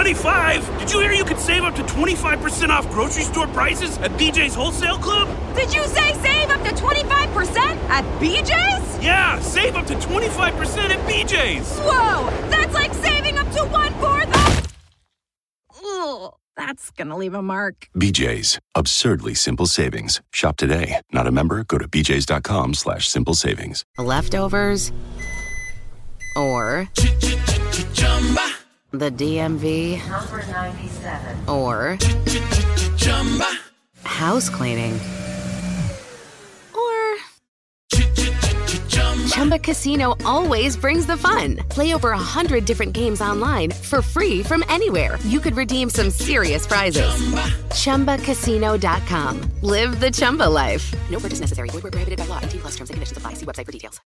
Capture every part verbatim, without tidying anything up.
twenty-five? Did you hear you could save up to twenty-five percent off grocery store prices at B J's Wholesale Club? Did you say save up to twenty-five percent at B J's? Yeah, save up to twenty-five percent at B J's. Whoa, that's like saving up to one-fourth of... Ugh, that's gonna leave a mark. B J's, absurdly simple savings. Shop today. Not a member? Go to bjs.com slash simple savings. Leftovers or the D M V Number ninety-seven. or house cleaning or Chumba Casino always brings the fun. Play over a hundred different games online for free from anywhere. You could redeem some serious prizes. Chumba Casino dot com. Live the Chumba life. No purchase necessary. Void where prohibited by law. eighteen plus terms and conditions apply. See website for details.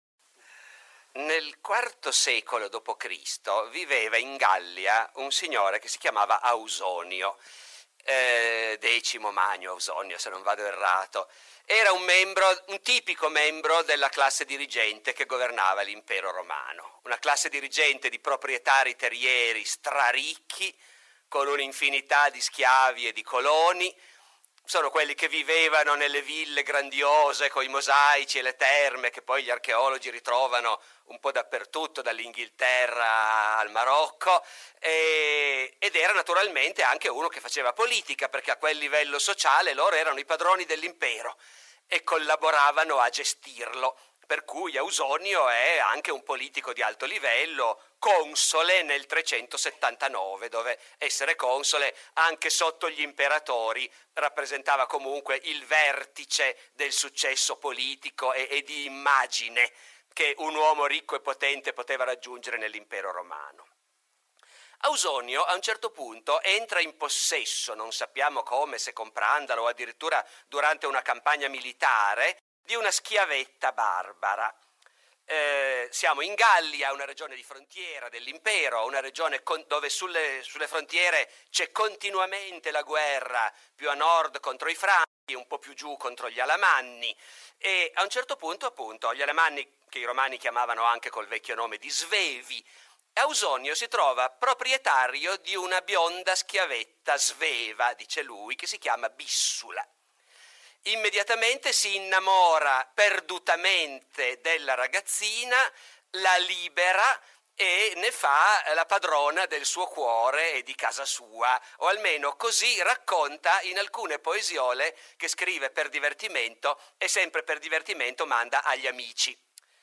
Nel quarto secolo dopo Cristo viveva in Gallia un signore che si chiamava Ausonio, eh, Decimo Magno Ausonio se non vado errato. Era un membro, un tipico membro della classe dirigente che governava l'impero romano, una classe dirigente di proprietari terrieri straricchi con un'infinità di schiavi e di coloni. Sono quelli che vivevano nelle ville grandiose con i mosaici e le terme che poi gli archeologi ritrovano un po' dappertutto, dall'Inghilterra al Marocco, e, ed era naturalmente anche uno che faceva politica, perché a quel livello sociale loro erano i padroni dell'impero e collaboravano a gestirlo. Per cui Ausonio è anche un politico di alto livello, console nel trecentosettantanove, dove essere console anche sotto gli imperatori rappresentava comunque il vertice del successo politico e, e di immagine che un uomo ricco e potente poteva raggiungere nell'impero romano. Ausonio a un certo punto entra in possesso, non sappiamo come, se comprandolo o addirittura durante una campagna militare, di una schiavetta barbara. Eh, siamo in Gallia, una regione di frontiera dell'impero, una regione con, dove sulle, sulle frontiere c'è continuamente la guerra, più a nord contro i Franchi, un po' più giù contro gli Alamanni, e a un certo punto appunto gli Alamanni, che i romani chiamavano anche col vecchio nome di Svevi, Ausonio si trova proprietario di una bionda schiavetta sveva, dice lui, che si chiama Bissula. Immediatamente si innamora perdutamente della ragazzina, la libera e ne fa la padrona del suo cuore e di casa sua, o almeno così racconta in alcune poesiole che scrive per divertimento, e sempre per divertimento manda agli amici.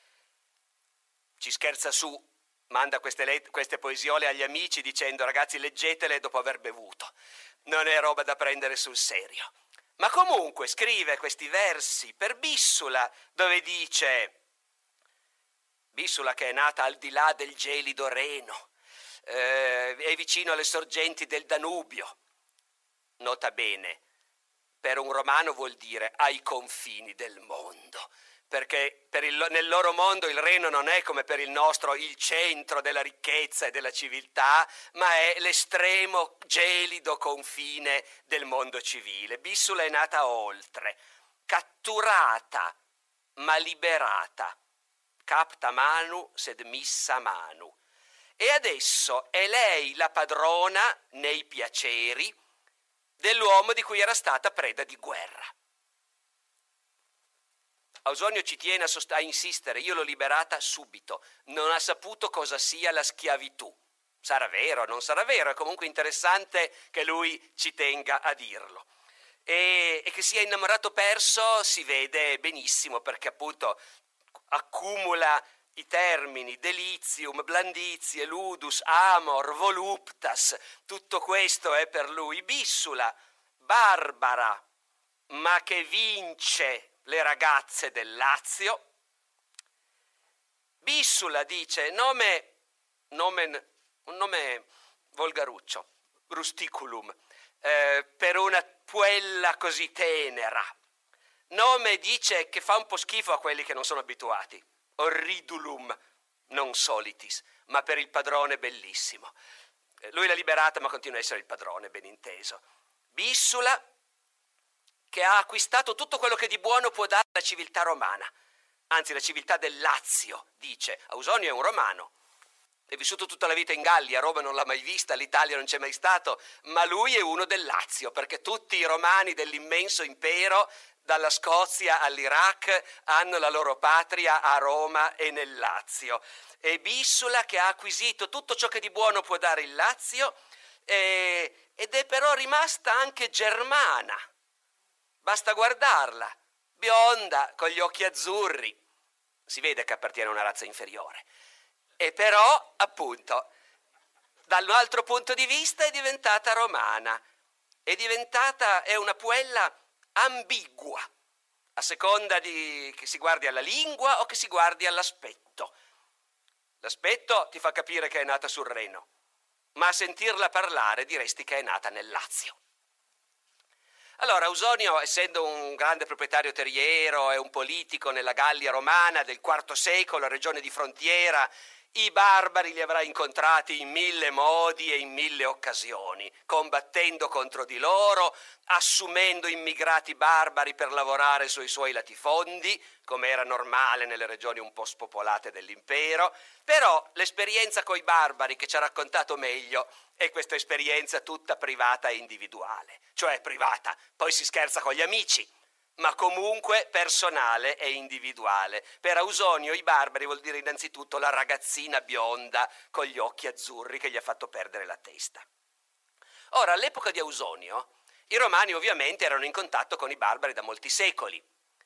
Ci scherza su, manda queste, let- queste poesiole agli amici dicendo: ragazzi, leggetele dopo aver bevuto, non è roba da prendere sul serio. Ma comunque scrive questi versi per Bissula, dove dice: Bissula, che è nata al di là del gelido Reno, eh, è vicino alle sorgenti del Danubio. Nota bene, per un romano vuol dire ai confini del mondo, perché per il, nel loro mondo il Reno non è come per il nostro il centro della ricchezza e della civiltà, ma è l'estremo gelido confine del mondo civile. Bissula è nata oltre, catturata ma liberata, capta manu sed missa manu, e adesso è lei la padrona nei piaceri dell'uomo di cui era stata preda di guerra. Ausonio ci tiene a, sost- a insistere: io l'ho liberata subito, non ha saputo cosa sia la schiavitù. Sarà vero, non sarà vero, è comunque interessante che lui ci tenga a dirlo. E, e che sia innamorato perso si vede benissimo, perché appunto accumula i termini delitium, blandizie, ludus, amor, voluptas, tutto questo è per lui. Bissula, barbara, ma che vince le ragazze del Lazio. Bissula dice, nome, nomen, un nome volgaruccio, rusticulum, eh, per una puella così tenera. Nome, dice, che fa un po' schifo a quelli che non sono abituati. Orridulum, non solitis, ma per il padrone bellissimo. Lui l'ha liberata, ma continua a essere il padrone, ben inteso. Bissula, che ha acquistato tutto quello che di buono può dare la civiltà romana, anzi la civiltà del Lazio, dice. Ausonio è un romano, è vissuto tutta la vita in Gallia, Roma non l'ha mai vista, l'Italia non c'è mai stato, ma lui è uno del Lazio, perché tutti i romani dell'immenso impero, dalla Scozia all'Iraq, hanno la loro patria a Roma e nel Lazio. E Bissula che ha acquisito tutto ciò che di buono può dare il Lazio, eh, ed è però rimasta anche germana. Basta guardarla, bionda, con gli occhi azzurri. Si vede che appartiene a una razza inferiore. E però, appunto, dal altro punto di vista è diventata romana. È diventata, è una puella ambigua, a seconda di che si guardi alla lingua o che si guardi all'aspetto. L'aspetto ti fa capire che è nata sul Reno, ma a sentirla parlare diresti che è nata nel Lazio. Allora, Ausonio, essendo un grande proprietario terriero e un politico nella Gallia romana del quarto secolo, regione di frontiera, i barbari li avrà incontrati in mille modi e in mille occasioni, combattendo contro di loro, assumendo immigrati barbari per lavorare sui suoi latifondi, come era normale nelle regioni un po' spopolate dell'impero. Però l'esperienza coi barbari che ci ha raccontato meglio è questa esperienza tutta privata e individuale, cioè privata, poi si scherza con gli amici, ma comunque personale e individuale. Per Ausonio i barbari vuol dire innanzitutto la ragazzina bionda con gli occhi azzurri che gli ha fatto perdere la testa. Ora, all'epoca di Ausonio, i romani ovviamente erano in contatto con i barbari da molti secoli,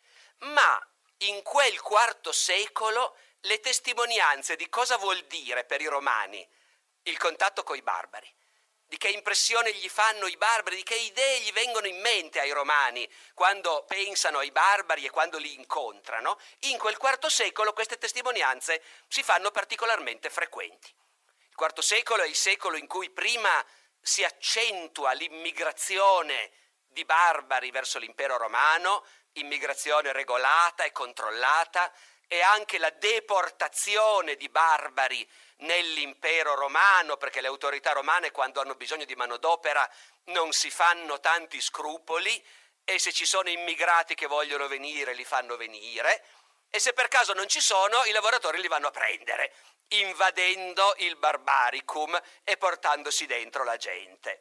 ma in quel quarto secolo le testimonianze di cosa vuol dire per i romani il contatto con i barbari, di che impressione gli fanno i barbari, di che idee gli vengono in mente ai romani quando pensano ai barbari e quando li incontrano, in quel quarto secolo queste testimonianze si fanno particolarmente frequenti. Il quarto secolo è il secolo in cui prima si accentua l'immigrazione di barbari verso l'impero romano, immigrazione regolata e controllata, e anche la deportazione di barbari nell'impero romano, perché le autorità romane quando hanno bisogno di manodopera non si fanno tanti scrupoli, e se ci sono immigrati che vogliono venire li fanno venire, e se per caso non ci sono i lavoratori li vanno a prendere, invadendo il barbaricum e portandosi dentro la gente.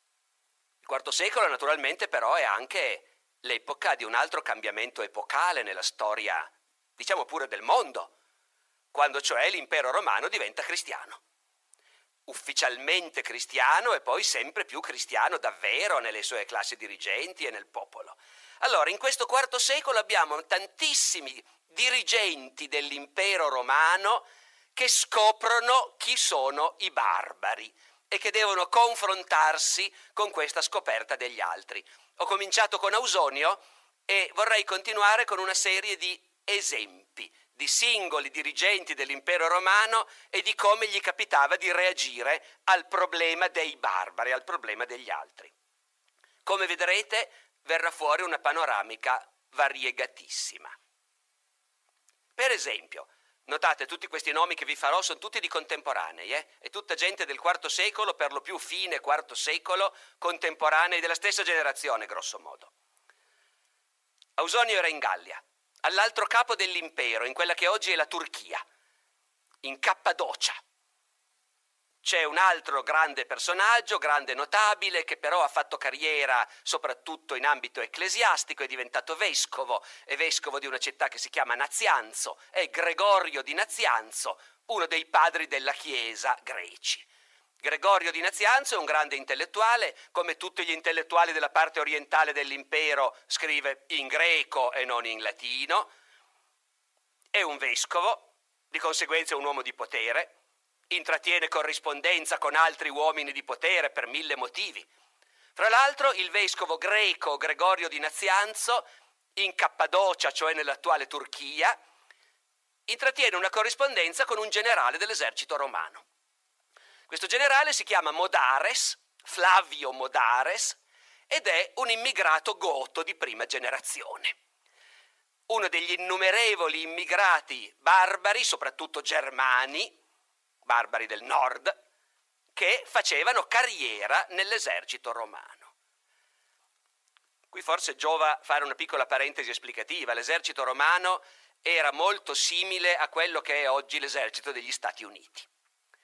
Il quarto secolo naturalmente però è anche l'epoca di un altro cambiamento epocale nella storia, diciamo pure del mondo, quando cioè l'impero romano diventa cristiano. Ufficialmente cristiano e poi sempre più cristiano davvero nelle sue classi dirigenti e nel popolo. Allora, in questo quarto secolo abbiamo tantissimi dirigenti dell'impero romano che scoprono chi sono i barbari e che devono confrontarsi con questa scoperta degli altri. Ho cominciato con Ausonio e vorrei continuare con una serie di esempi di singoli dirigenti dell'impero romano e di come gli capitava di reagire al problema dei barbari, al problema degli altri. Come vedrete, verrà fuori una panoramica variegatissima. Per esempio, notate tutti questi nomi che vi farò sono tutti di contemporanei, eh? È tutta gente del quarto secolo, per lo più fine quarto secolo, contemporanei della stessa generazione, grosso modo. Ausonio era in Gallia, all'altro capo dell'impero, in quella che oggi è la Turchia, in Cappadocia. C'è un altro grande personaggio, grande notabile, che però ha fatto carriera soprattutto in ambito ecclesiastico, è diventato vescovo, è vescovo di una città che si chiama Nazianzo, è Gregorio di Nazianzo, uno dei padri della Chiesa greci. Gregorio di Nazianzo è un grande intellettuale, come tutti gli intellettuali della parte orientale dell'impero scrive in greco e non in latino, è un vescovo, di conseguenza è un uomo di potere, intrattiene corrispondenza con altri uomini di potere per mille motivi. Fra l'altro il vescovo greco Gregorio di Nazianzo, in Cappadocia, cioè nell'attuale Turchia, intrattiene una corrispondenza con un generale dell'esercito romano. Questo generale si chiama Modares, Flavio Modares, ed è un immigrato goto di prima generazione. Uno degli innumerevoli immigrati barbari, soprattutto germani, barbari del nord, che facevano carriera nell'esercito romano. Qui forse giova fare una piccola parentesi esplicativa. L'esercito romano era molto simile a quello che è oggi l'esercito degli Stati Uniti.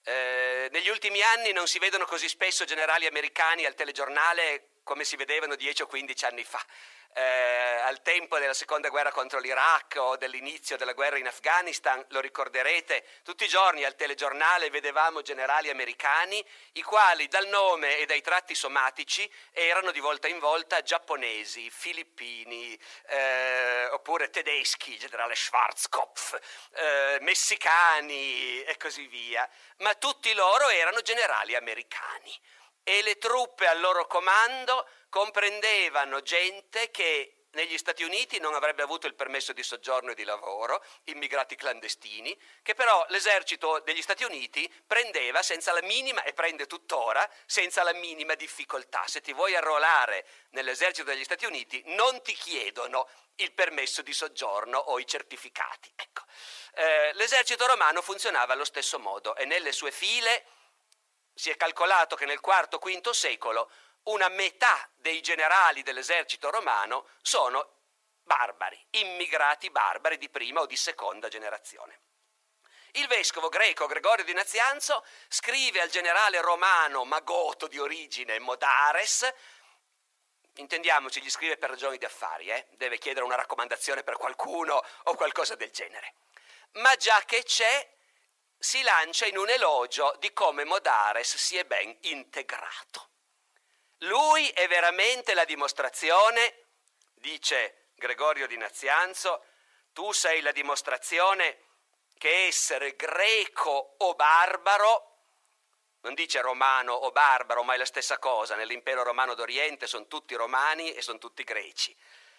Eh, negli ultimi anni non si vedono così spesso generali americani al telegiornale come si vedevano dieci o quindici anni fa. Eh, al tempo della seconda guerra contro l'Iraq o dell'inizio della guerra in Afghanistan, lo ricorderete, tutti i giorni al telegiornale vedevamo generali americani i quali dal nome e dai tratti somatici erano di volta in volta giapponesi, filippini, eh, oppure tedeschi, generale Schwarzkopf, eh, messicani e così via, ma tutti loro erano generali americani e le truppe al loro comando comprendevano gente che negli Stati Uniti non avrebbe avuto il permesso di soggiorno e di lavoro, immigrati clandestini, che però l'esercito degli Stati Uniti prendeva senza la minima, e prende tuttora, senza la minima difficoltà. Se ti vuoi arruolare nell'esercito degli Stati Uniti non ti chiedono il permesso di soggiorno o i certificati. Ecco. Eh, l'esercito romano funzionava allo stesso modo e nelle sue file si è calcolato che nel quarto quinto secolo una metà dei generali dell'esercito romano sono barbari, immigrati barbari di prima o di seconda generazione. Il vescovo greco Gregorio di Nazianzo scrive al generale romano Magoto di origine Modares, intendiamoci, gli scrive per ragioni di affari, eh? deve chiedere una raccomandazione per qualcuno o qualcosa del genere. Ma già che c'è, si lancia in un elogio di come Modares si è ben integrato. Lui è veramente la dimostrazione, dice Gregorio di Nazianzo, tu sei la dimostrazione che essere greco o barbaro, non dice romano o barbaro, ma è la stessa cosa, nell'impero romano d'Oriente sono tutti romani e sono tutti greci.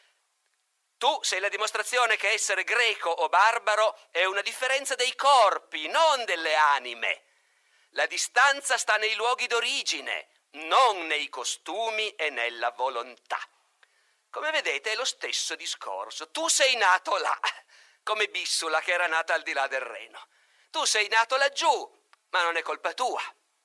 Tu sei la dimostrazione che essere greco o barbaro è una differenza dei corpi, non delle anime. La distanza sta nei luoghi d'origine, non nei costumi e nella volontà. Come vedete è lo stesso discorso. Tu sei nato là, come Bissula che era nata al di là del Reno. Tu sei nato laggiù, ma non è colpa tua.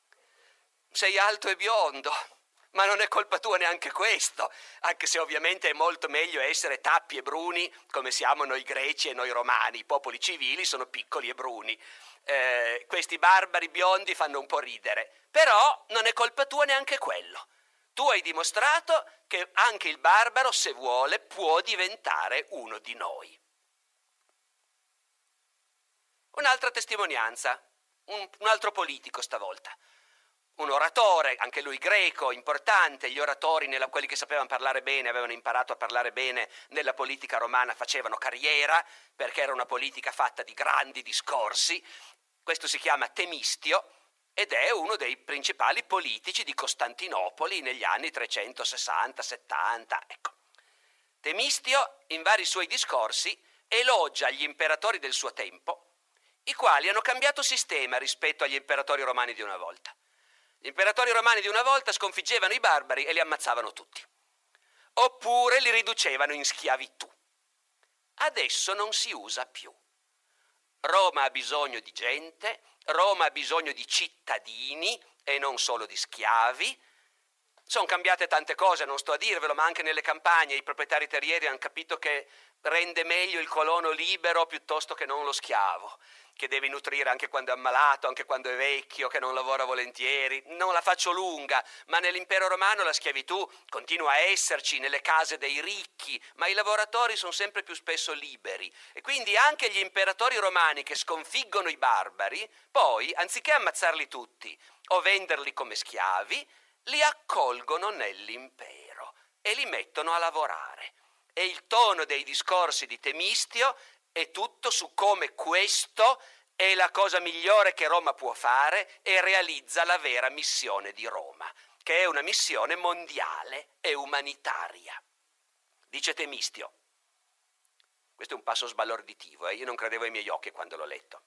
Sei alto e biondo, ma non è colpa tua neanche questo, anche se ovviamente è molto meglio essere tappi e bruni come siamo noi greci e noi romani. I popoli civili sono piccoli e bruni. Eh, questi barbari biondi fanno un po' ridere, però non è colpa tua neanche quello. Tu hai dimostrato che anche il barbaro, se vuole, può diventare uno di noi. Un'altra testimonianza, un, un altro politico stavolta. Un oratore, anche lui greco, importante. Gli oratori, nella, quelli che sapevano parlare bene, avevano imparato a parlare bene nella politica romana, facevano carriera, perché era una politica fatta di grandi discorsi. Questo si chiama Temistio ed è uno dei principali politici di Costantinopoli negli anni trecentosessanta settanta. Ecco. Temistio, in vari suoi discorsi, elogia gli imperatori del suo tempo, i quali hanno cambiato sistema rispetto agli imperatori romani di una volta. Gli imperatori romani di una volta sconfiggevano i barbari e li ammazzavano tutti, oppure li riducevano in schiavitù. Adesso non si usa più. Roma ha bisogno di gente, Roma ha bisogno di cittadini e non solo di schiavi. Sono cambiate tante cose, non sto a dirvelo, ma anche nelle campagne i proprietari terrieri hanno capito che rende meglio il colono libero piuttosto che non lo schiavo, che devi nutrire anche quando è ammalato, anche quando è vecchio, che non lavora volentieri. Non la faccio lunga, ma nell'impero romano la schiavitù continua a esserci nelle case dei ricchi, ma i lavoratori sono sempre più spesso liberi. E quindi anche gli imperatori romani che sconfiggono i barbari, poi, anziché ammazzarli tutti o venderli come schiavi, li accolgono nell'impero e li mettono a lavorare. E il tono dei discorsi di Temistio è tutto su come questo è la cosa migliore che Roma può fare e realizza la vera missione di Roma, che è una missione mondiale e umanitaria. Dice Temistio, questo è un passo sbalorditivo, eh? Io non credevo ai miei occhi quando l'ho letto.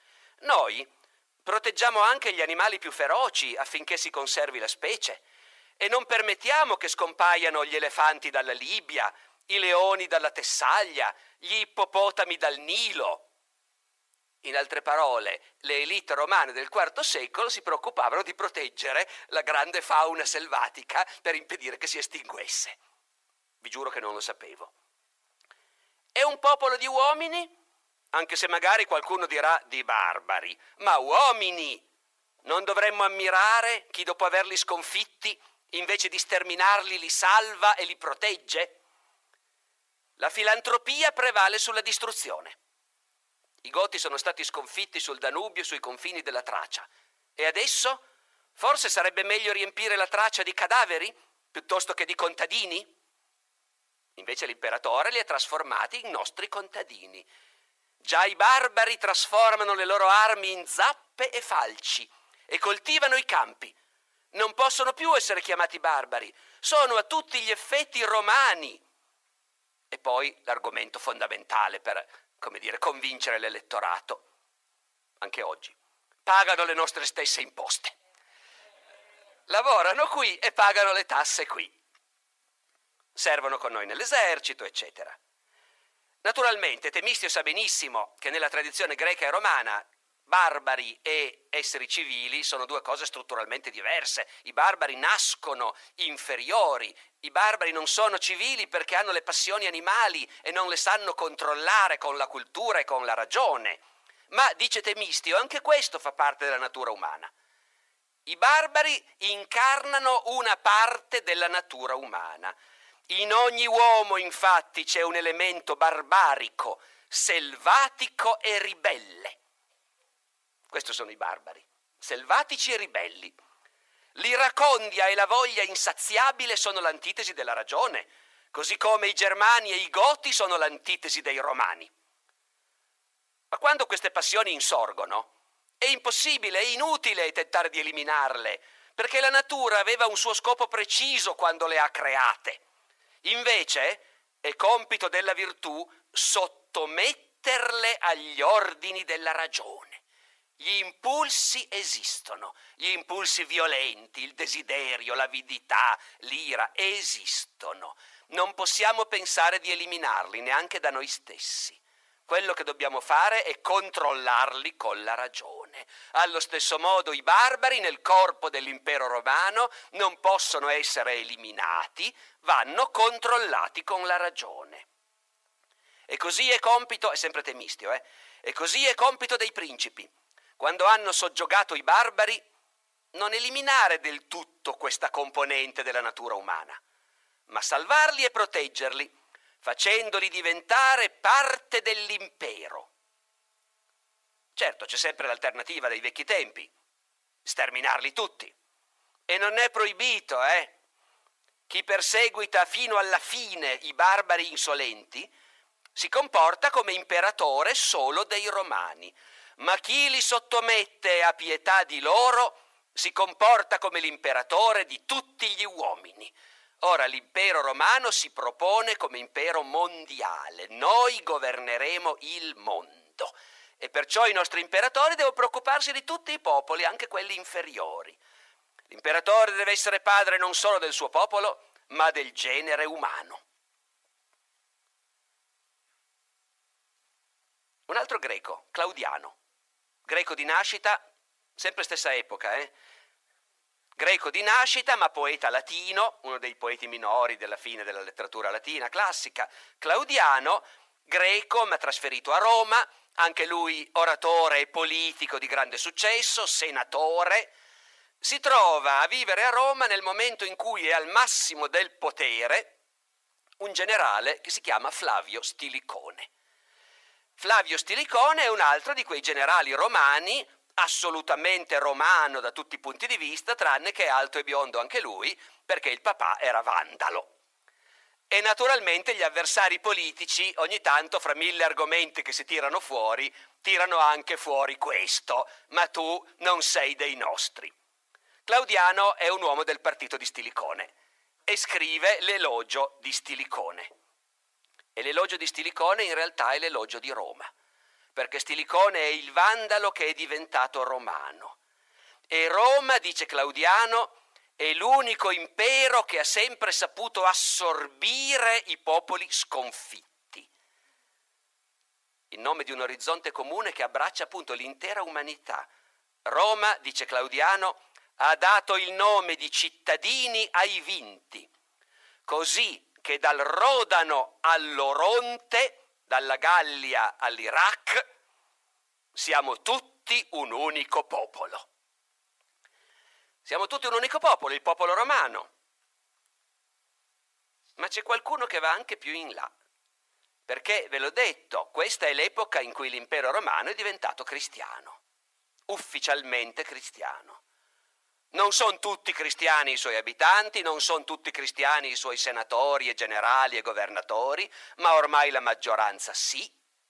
Noi proteggiamo anche gli animali più feroci affinché si conservi la specie e non permettiamo che scompaiano gli elefanti dalla Libia, i leoni dalla Tessaglia, gli ippopotami dal Nilo. In altre parole, le elite romane del quarto secolo si preoccupavano di proteggere la grande fauna selvatica per impedire che si estinguesse. Vi giuro che non lo sapevo. È un popolo di uomini, anche se magari qualcuno dirà di barbari, ma uomini, Non dovremmo ammirare chi dopo averli sconfitti, invece di sterminarli, li salva e li protegge? La filantropia prevale sulla distruzione. I Goti sono stati sconfitti sul Danubio e sui confini della Tracia. E adesso? Forse sarebbe meglio riempire la Tracia di cadaveri piuttosto che di contadini? Invece l'imperatore li ha trasformati in nostri contadini. Già i barbari trasformano le loro armi in zappe e falci e coltivano i campi. Non possono più essere chiamati barbari, sono a tutti gli effetti romani. E poi l'argomento fondamentale per, come dire, convincere l'elettorato. Anche oggi. Pagano le nostre stesse imposte. Lavorano qui e pagano le tasse qui. Servono con noi nell'esercito, eccetera. Naturalmente Temistio sa benissimo che nella tradizione greca e romana barbari e esseri civili sono due cose strutturalmente diverse. I barbari nascono inferiori, i barbari non sono civili perché hanno le passioni animali e non le sanno controllare con la cultura e con la ragione. Ma, dice Temistio, anche questo fa parte della natura umana. I barbari incarnano una parte della natura umana. In ogni uomo, infatti, c'è un elemento barbarico, selvatico e ribelle. Questi sono i barbari, selvatici e ribelli. L'iracondia e la voglia insaziabile sono l'antitesi della ragione, così come i Germani e i Goti sono l'antitesi dei Romani. Ma quando queste passioni insorgono, è impossibile, è inutile tentare di eliminarle, perché la natura aveva un suo scopo preciso quando le ha create. Invece è compito della virtù sottometterle agli ordini della ragione. Gli impulsi esistono, gli impulsi violenti, il desiderio, l'avidità, l'ira esistono. Non possiamo pensare di eliminarli neanche da noi stessi. Quello che dobbiamo fare è controllarli con la ragione. Allo stesso modo i barbari nel corpo dell'impero romano non possono essere eliminati, vanno controllati con la ragione. E così è compito, è sempre Temistio, eh? E così è compito dei principi, quando hanno soggiogato i barbari, non eliminare del tutto questa componente della natura umana, ma salvarli e proteggerli, facendoli diventare parte dell'impero. Certo, c'è sempre l'alternativa dei vecchi tempi, sterminarli tutti. E non è proibito, eh? Chi perseguita fino alla fine i barbari insolenti si comporta come imperatore solo dei romani, ma chi li sottomette a pietà di loro si comporta come l'imperatore di tutti gli uomini. Ora l'impero romano si propone come impero mondiale. Noi governeremo il mondo e perciò i nostri imperatori devono preoccuparsi di tutti i popoli, anche quelli inferiori. L'imperatore deve essere padre non solo del suo popolo, ma del genere umano. Un altro greco, Claudiano, greco di nascita, sempre stessa epoca, eh? Greco di nascita, ma poeta latino, uno dei poeti minori della fine della letteratura latina classica. Claudiano, greco ma trasferito a Roma, anche lui oratore e politico di grande successo, senatore, si trova a vivere a Roma nel momento in cui è al massimo del potere un generale che si chiama Flavio Stilicone. Flavio Stilicone è un altro di quei generali romani, assolutamente romano da tutti i punti di vista, tranne che è alto e biondo anche lui, perché il papà era vandalo. E naturalmente gli avversari politici, ogni tanto, fra mille argomenti che si tirano fuori, tirano anche fuori questo: ma tu non sei dei nostri. Claudiano è un uomo del partito di Stilicone e scrive l'elogio di Stilicone. E l'elogio di Stilicone in realtà è l'elogio di Roma, perché Stilicone è il vandalo che è diventato romano. E Roma, dice Claudiano, è l'unico impero che ha sempre saputo assorbire i popoli sconfitti, in nome di un orizzonte comune che abbraccia appunto l'intera umanità. Roma, dice Claudiano, ha dato il nome di cittadini ai vinti, così che dal Rodano all'Oronte, dalla Gallia all'Iraq, siamo tutti un unico popolo. Siamo tutti un unico popolo, il popolo romano. Ma c'è qualcuno che va anche più in là. Perché, ve l'ho detto, questa è l'epoca in cui l'impero romano è diventato cristiano. Ufficialmente cristiano. Non sono tutti cristiani i suoi abitanti, non sono tutti cristiani i suoi senatori e generali e governatori, ma ormai la maggioranza sì.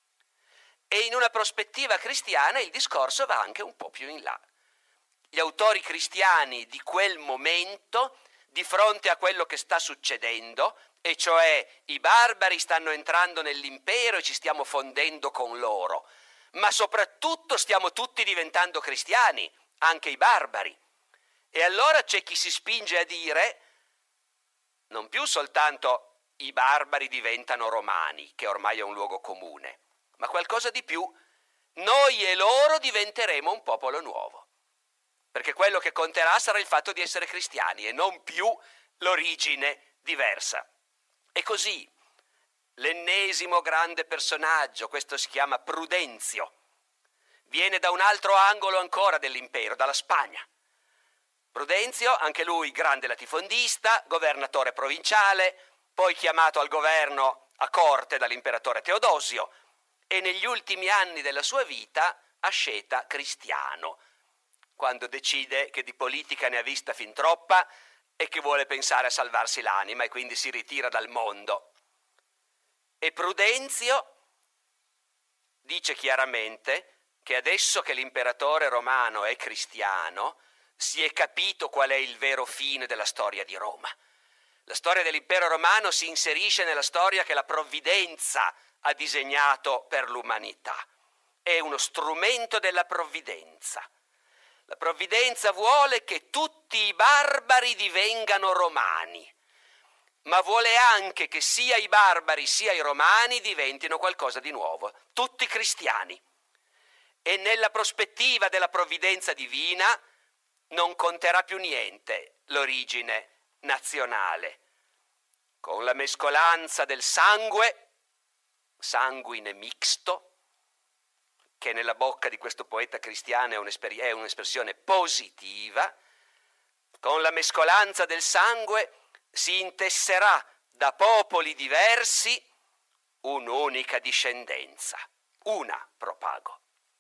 E in una prospettiva cristiana il discorso va anche un po' più in là. Gli autori cristiani di quel momento, di fronte a quello che sta succedendo, e cioè i barbari stanno entrando nell'impero e ci stiamo fondendo con loro, ma soprattutto stiamo tutti diventando cristiani, anche i barbari. E allora c'è chi si spinge a dire, non più soltanto i barbari diventano romani, che ormai è un luogo comune, ma qualcosa di più, noi e loro diventeremo un popolo nuovo. Perché quello che conterà sarà il fatto di essere cristiani e non più l'origine diversa. E così, l'ennesimo grande personaggio, questo si chiama Prudenzio, viene da un altro angolo ancora dell'impero, dalla Spagna. Prudenzio, anche lui grande latifondista, governatore provinciale, poi chiamato al governo a corte dall'imperatore Teodosio e negli ultimi anni della sua vita asceta cristiano, quando decide che di politica ne ha vista fin troppa e che vuole pensare a salvarsi l'anima e quindi si ritira dal mondo. E Prudenzio dice chiaramente che adesso che l'imperatore romano è cristiano, si è capito qual è il vero fine della storia di Roma. La storia dell'impero romano si inserisce nella storia che la provvidenza ha disegnato per l'umanità. È uno strumento della provvidenza. La provvidenza vuole che tutti i barbari divengano romani, ma vuole anche che sia i barbari sia i romani diventino qualcosa di nuovo, tutti cristiani. E nella prospettiva della provvidenza divina non conterà più niente l'origine nazionale. Con la mescolanza del sangue, sanguine mixto, che nella bocca di questo poeta cristiano è, un'esper- è un'espressione positiva, con la mescolanza del sangue si intesserà da popoli diversi un'unica discendenza, una propago.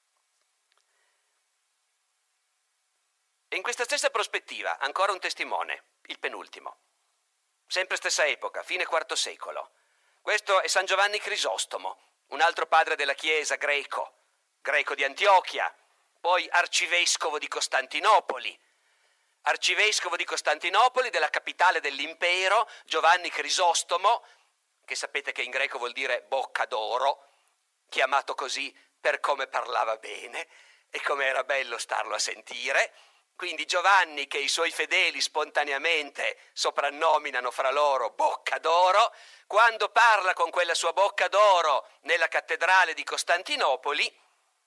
E in questa stessa prospettiva, ancora un testimone, il penultimo, sempre stessa epoca, fine quarto secolo. Questo è San Giovanni Crisostomo, un altro padre della Chiesa greco, greco di Antiochia, poi arcivescovo di Costantinopoli. Arcivescovo di Costantinopoli, della capitale dell'impero, Giovanni Crisostomo, che sapete che in greco vuol dire bocca d'oro, chiamato così per come parlava bene e come era bello starlo a sentire. Quindi Giovanni, che i suoi fedeli spontaneamente soprannominano fra loro bocca d'oro, quando parla con quella sua bocca d'oro nella cattedrale di Costantinopoli,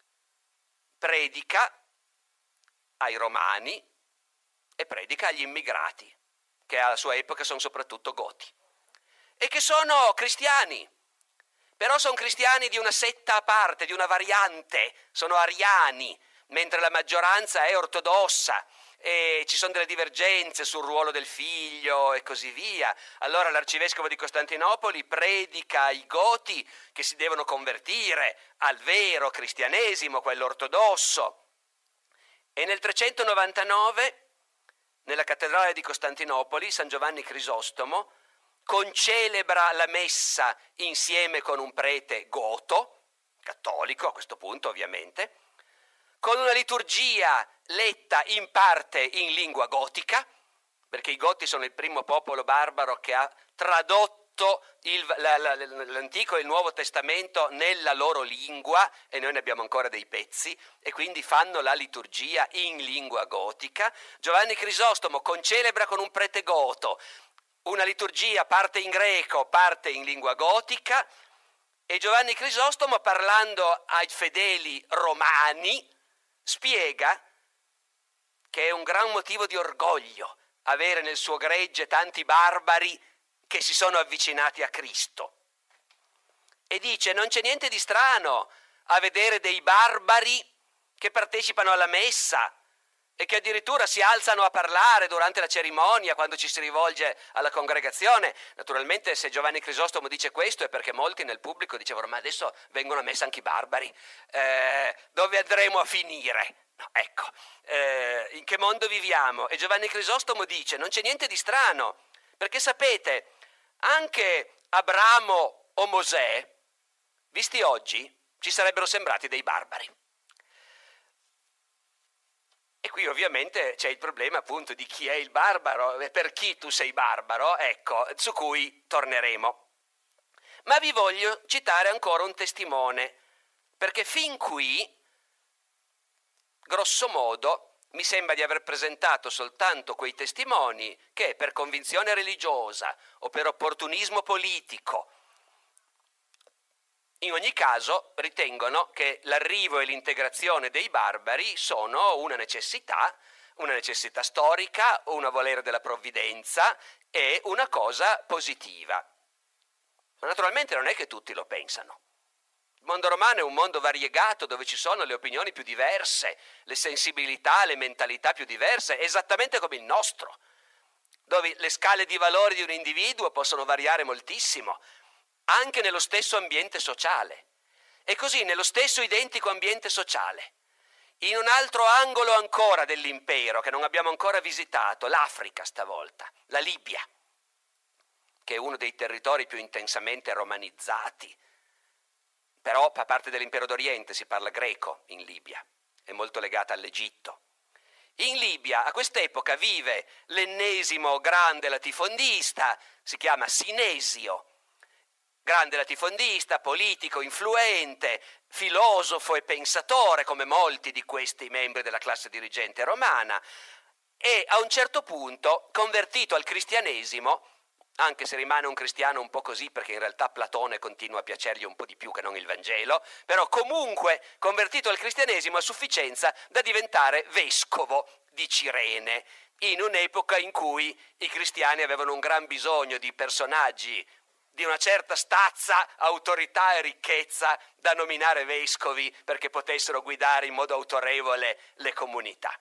predica ai romani e predica agli immigrati, che alla sua epoca sono soprattutto goti, e che sono cristiani, però sono cristiani di una setta a parte, di una variante, sono ariani, mentre la maggioranza è ortodossa e ci sono delle divergenze sul ruolo del figlio e così via. Allora l'arcivescovo di Costantinopoli predica ai goti che si devono convertire al vero cristianesimo, quello ortodosso. E nel trecentonovantanove, nella cattedrale di Costantinopoli, San Giovanni Crisostomo concelebra la messa insieme con un prete goto, cattolico a questo punto ovviamente, con una liturgia letta in parte in lingua gotica, perché i Goti sono il primo popolo barbaro che ha tradotto il, la, la, l'Antico e il Nuovo Testamento nella loro lingua, e noi ne abbiamo ancora dei pezzi, e quindi fanno la liturgia in lingua gotica. Giovanni Crisostomo concelebra con un prete goto una liturgia parte in greco, parte in lingua gotica, e Giovanni Crisostomo, parlando ai fedeli romani, spiega che è un gran motivo di orgoglio avere nel suo gregge tanti barbari che si sono avvicinati a Cristo. E dice: non c'è niente di strano a vedere dei barbari che partecipano alla messa, e che addirittura si alzano a parlare durante la cerimonia quando ci si rivolge alla congregazione. Naturalmente, se Giovanni Crisostomo dice questo è perché molti nel pubblico dicevano: ma adesso vengono messi anche i barbari, eh, dove andremo a finire? No, ecco, eh, in che mondo viviamo? E Giovanni Crisostomo dice: non c'è niente di strano, perché sapete, anche Abramo o Mosè, visti oggi, ci sarebbero sembrati dei barbari. E qui ovviamente c'è il problema appunto di chi è il barbaro e per chi tu sei barbaro, ecco, su cui torneremo. Ma vi voglio citare ancora un testimone, perché fin qui, grosso modo, mi sembra di aver presentato soltanto quei testimoni che per convinzione religiosa o per opportunismo politico, in ogni caso ritengono che l'arrivo e l'integrazione dei barbari sono una necessità, una necessità storica, un volere della provvidenza e una cosa positiva. Ma naturalmente non è che tutti lo pensano. Il mondo romano è un mondo variegato dove ci sono le opinioni più diverse, le sensibilità, le mentalità più diverse, esattamente come il nostro, dove le scale di valori di un individuo possono variare moltissimo, anche nello stesso ambiente sociale. E così nello stesso identico ambiente sociale, in un altro angolo ancora dell'impero che non abbiamo ancora visitato, l'Africa stavolta, la Libia, che è uno dei territori più intensamente romanizzati. Però fa parte dell'impero d'Oriente, si parla greco in Libia, è molto legata all'Egitto. In Libia a quest'epoca vive l'ennesimo grande latifondista, si chiama Sinesio, grande latifondista, politico, influente, filosofo e pensatore, come molti di questi membri della classe dirigente romana, e a un certo punto, convertito al cristianesimo, anche se rimane un cristiano un po' così, perché in realtà Platone continua a piacergli un po' di più che non il Vangelo, però comunque convertito al cristianesimo a sufficienza da diventare vescovo di Cirene, in un'epoca in cui i cristiani avevano un gran bisogno di personaggi di una certa stazza, autorità e ricchezza da nominare vescovi perché potessero guidare in modo autorevole le comunità.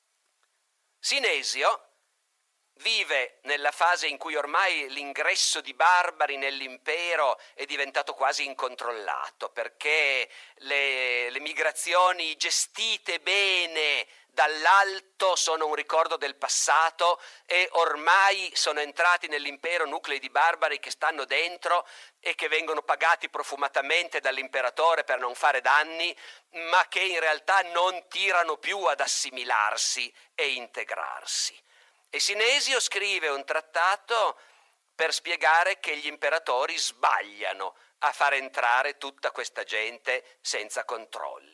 Sinesio vive nella fase in cui ormai l'ingresso di barbari nell'impero è diventato quasi incontrollato, perché le, le migrazioni gestite bene dall'alto sono un ricordo del passato e ormai sono entrati nell'impero nuclei di barbari che stanno dentro e che vengono pagati profumatamente dall'imperatore per non fare danni, ma che in realtà non tirano più ad assimilarsi e integrarsi. E Sinesio scrive un trattato per spiegare che gli imperatori sbagliano a far entrare tutta questa gente senza controlli.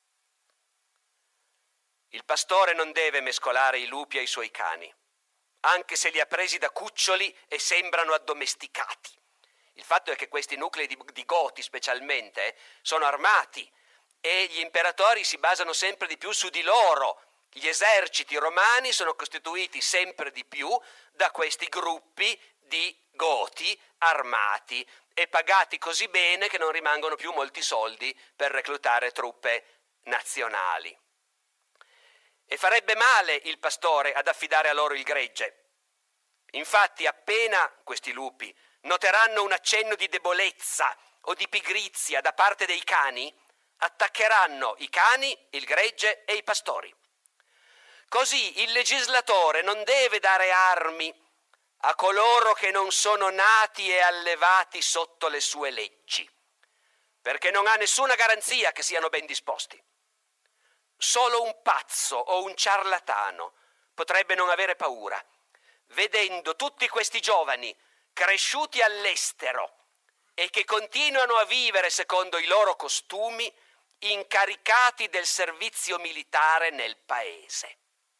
Il pastore non deve mescolare i lupi ai suoi cani, anche se li ha presi da cuccioli e sembrano addomesticati. Il fatto è che questi nuclei di, di Goti specialmente sono armati e gli imperatori si basano sempre di più su di loro. Gli eserciti romani sono costituiti sempre di più da questi gruppi di Goti armati e pagati così bene che non rimangono più molti soldi per reclutare truppe nazionali. E farebbe male il pastore ad affidare a loro il gregge. Infatti, appena questi lupi noteranno un accenno di debolezza o di pigrizia da parte dei cani, attaccheranno i cani, il gregge e i pastori. Così il legislatore non deve dare armi a coloro che non sono nati e allevati sotto le sue leggi, perché non ha nessuna garanzia che siano ben disposti. Solo un pazzo o un ciarlatano potrebbe non avere paura, vedendo tutti questi giovani cresciuti all'estero e che continuano a vivere secondo i loro costumi, incaricati del servizio militare nel paese.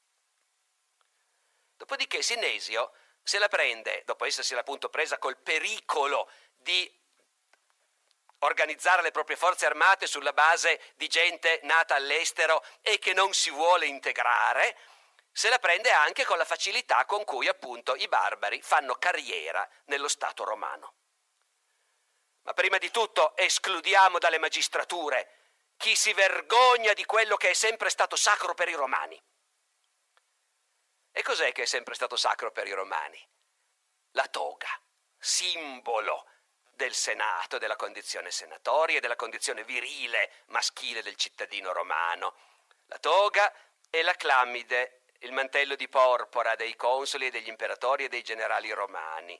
Dopodiché Sinesio se la prende, dopo essersela appunto presa col pericolo di organizzare le proprie forze armate sulla base di gente nata all'estero e che non si vuole integrare, se la prende anche con la facilità con cui appunto i barbari fanno carriera nello Stato romano. Ma prima di tutto escludiamo dalle magistrature chi si vergogna di quello che è sempre stato sacro per i romani, E cos'è che è sempre stato sacro per i romani? La toga, simbolo del senato, della condizione senatoria e della condizione virile, maschile del cittadino romano. La toga e la clamide, il mantello di porpora dei consoli e degli imperatori e dei generali romani.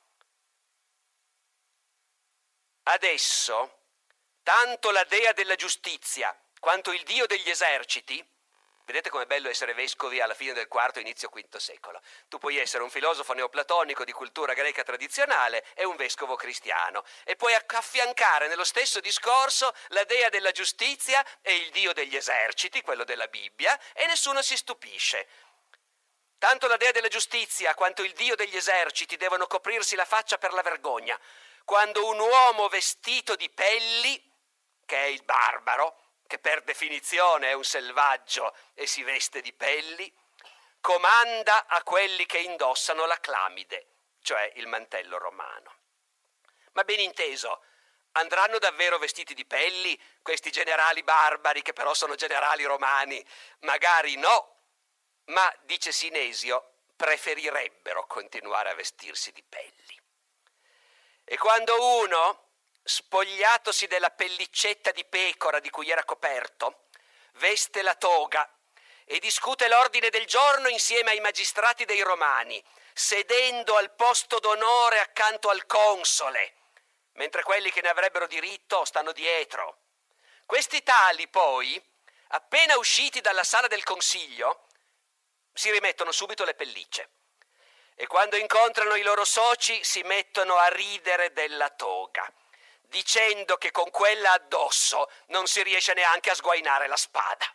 Adesso, tanto la dea della giustizia quanto il dio degli eserciti, vedete com'è bello essere vescovi alla fine del quarto, inizio quinto secolo. Tu puoi essere un filosofo neoplatonico di cultura greca tradizionale e un vescovo cristiano, e puoi affiancare nello stesso discorso la dea della giustizia e il dio degli eserciti, quello della Bibbia, e nessuno si stupisce. Tanto la dea della giustizia quanto il dio degli eserciti devono coprirsi la faccia per la vergogna quando un uomo vestito di pelli, che è il barbaro, che per definizione è un selvaggio e si veste di pelli, comanda a quelli che indossano la clamide, cioè il mantello romano. Ma ben inteso, andranno davvero vestiti di pelli questi generali barbari, che però sono generali romani? Magari no, ma, dice Sinesio, preferirebbero continuare a vestirsi di pelli. E quando uno, spogliatosi della pellicetta di pecora di cui era coperto, veste la toga e discute l'ordine del giorno insieme ai magistrati dei romani, sedendo al posto d'onore accanto al console, mentre quelli che ne avrebbero diritto stanno dietro. Questi tali, poi, appena usciti dalla sala del consiglio, si rimettono subito le pellicce. E quando incontrano i loro soci si mettono a ridere della toga, dicendo che con quella addosso non si riesce neanche a sguainare la spada.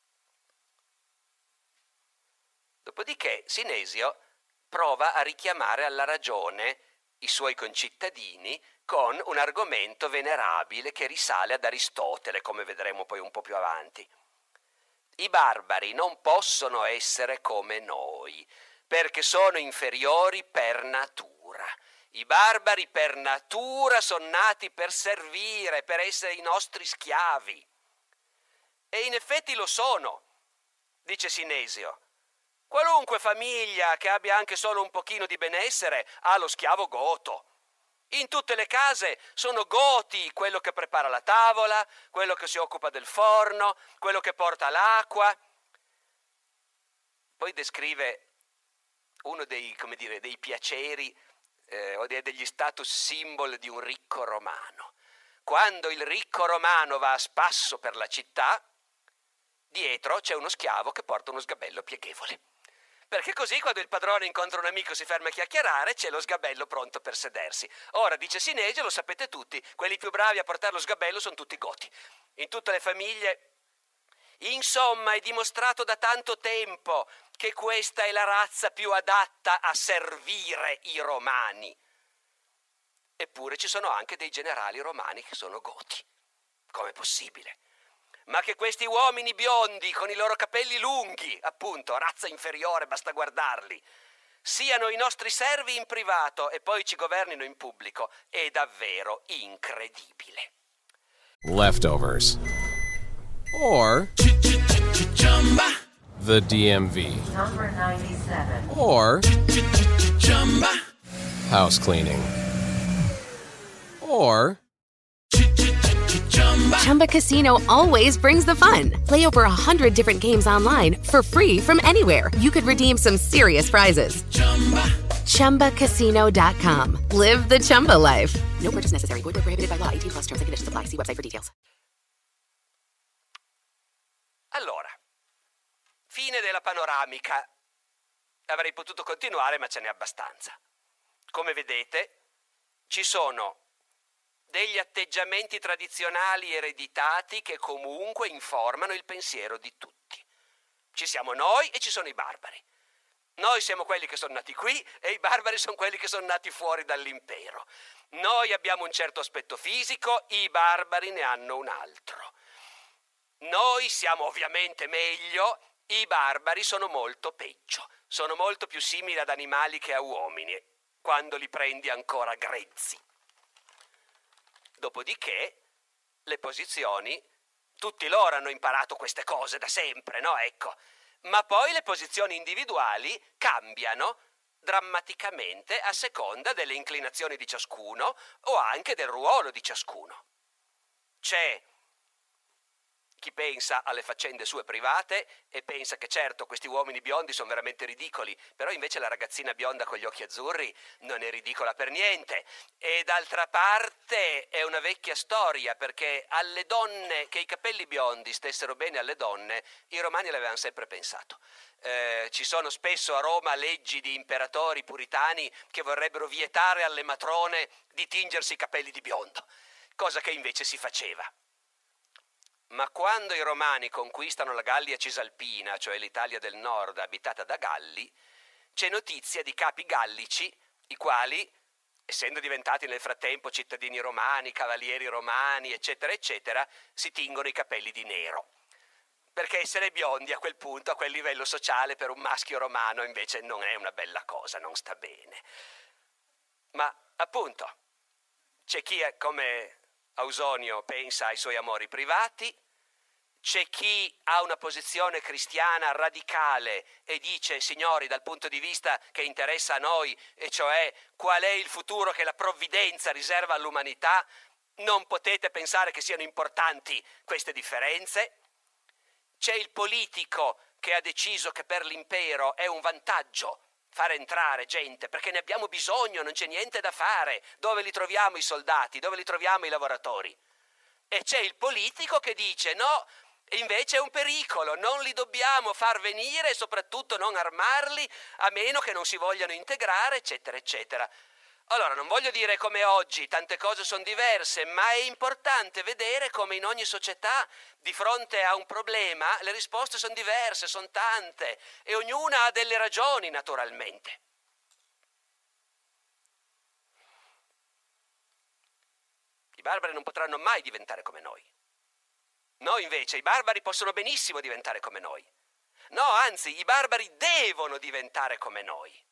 Dopodiché Sinesio prova a richiamare alla ragione i suoi concittadini con un argomento venerabile che risale ad Aristotele, come vedremo poi un po' più avanti. I barbari non possono essere come noi, perché sono inferiori per natura. I barbari per natura sono nati per servire, per essere i nostri schiavi. E in effetti lo sono, dice Sinesio. Qualunque famiglia che abbia anche solo un pochino di benessere ha lo schiavo goto. In tutte le case sono goti quello che prepara la tavola, quello che si occupa del forno, quello che porta l'acqua. Poi descrive uno dei, come dire, dei piaceri eh, o degli status symbol di un ricco romano. Quando il ricco romano va a spasso per la città, dietro c'è uno schiavo che porta uno sgabello pieghevole. Perché così quando il padrone incontra un amico, si ferma a chiacchierare, c'è lo sgabello pronto per sedersi. Ora, dice Sinesio, lo sapete tutti, quelli più bravi a portare lo sgabello sono tutti goti. In tutte le famiglie. Insomma, è dimostrato da tanto tempo che questa è la razza più adatta a servire i romani. Eppure ci sono anche dei generali romani che sono goti. Com'è possibile? Ma che questi uomini biondi con i loro capelli lunghi, appunto, razza inferiore, basta guardarli, siano i nostri servi in privato e poi ci governino in pubblico, è davvero incredibile. Leftovers. Or the D M V. Number ninety-seven. Or house cleaning. Or Chumba Casino always brings the fun. Play over a hundred different games online for free from anywhere. You could redeem some serious prizes. Chumba Casino dot com. Live the Chumba life. No purchase necessary. Void where prohibited by law. eighteen plus terms and conditions apply. See website for details. Allora, fine della panoramica. Avrei potuto continuare, ma ce n'è abbastanza. Come vedete, ci sono degli atteggiamenti tradizionali ereditati che comunque informano il pensiero di tutti. Ci siamo noi e ci sono i barbari. Noi siamo quelli che sono nati qui e i barbari sono quelli che sono nati fuori dall'impero. Noi abbiamo un certo aspetto fisico, i barbari ne hanno un altro. Noi siamo ovviamente meglio, i barbari sono molto peggio. Sono molto più simili ad animali che a uomini, quando li prendi ancora grezzi. Dopodiché, le posizioni, tutti loro hanno imparato queste cose da sempre, no? Ecco, ma poi le posizioni individuali cambiano drammaticamente a seconda delle inclinazioni di ciascuno o anche del ruolo di ciascuno. C'è chi pensa alle faccende sue private e pensa che certo questi uomini biondi sono veramente ridicoli, però invece la ragazzina bionda con gli occhi azzurri non è ridicola per niente. E d'altra parte è una vecchia storia, perché alle donne, che i capelli biondi stessero bene alle donne, i romani l'avevano sempre pensato. Eh, ci sono spesso a Roma leggi di imperatori puritani che vorrebbero vietare alle matrone di tingersi i capelli di biondo, cosa che invece si faceva. Ma quando i romani conquistano la Gallia Cisalpina, cioè l'Italia del nord abitata da Galli, c'è notizia di capi gallici, i quali, essendo diventati nel frattempo cittadini romani, cavalieri romani, eccetera, eccetera, si tingono i capelli di nero. Perché essere biondi a quel punto, a quel livello sociale, per un maschio romano invece non è una bella cosa, non sta bene. Ma appunto, c'è chi è come Ausonio pensa ai suoi amori privati, c'è chi ha una posizione cristiana radicale e dice: signori, dal punto di vista che interessa a noi, e cioè qual è il futuro che la provvidenza riserva all'umanità, non potete pensare che siano importanti queste differenze. C'è il politico che ha deciso che per l'impero è un vantaggio fare entrare gente, perché ne abbiamo bisogno, non c'è niente da fare. Dove li troviamo i soldati? Dove li troviamo i lavoratori? E c'è il politico che dice: no, invece è un pericolo, non li dobbiamo far venire e soprattutto non armarli, a meno che non si vogliano integrare, eccetera, eccetera. Allora, non voglio dire come oggi, tante cose sono diverse, ma è importante vedere come in ogni società, di fronte a un problema, le risposte sono diverse, sono tante, e ognuna ha delle ragioni, naturalmente. I barbari non potranno mai diventare come noi. Noi invece, i barbari possono benissimo diventare come noi. No, anzi, i barbari devono diventare come noi.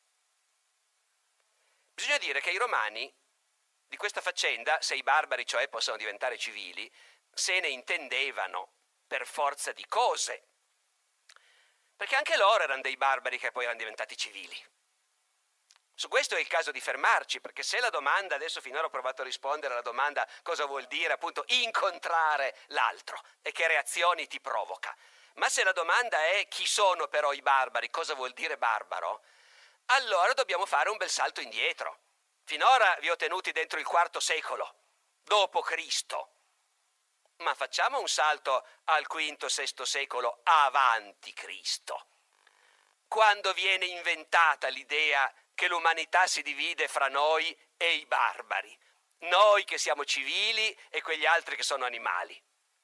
Bisogna dire che i romani di questa faccenda, se i barbari cioè possono diventare civili, se ne intendevano per forza di cose, perché anche loro erano dei barbari che poi erano diventati civili. Su questo è il caso di fermarci, perché se la domanda, adesso finora ho provato a rispondere alla domanda cosa vuol dire appunto incontrare l'altro e che reazioni ti provoca, ma se la domanda è chi sono però i barbari, cosa vuol dire barbaro, allora dobbiamo fare un bel salto indietro. Finora vi ho tenuti dentro il quarto secolo, dopo Cristo. Ma facciamo un salto al quinto, sesto secolo avanti Cristo, quando viene inventata l'idea che l'umanità si divide fra noi e i barbari, noi che siamo civili e quegli altri che sono animali.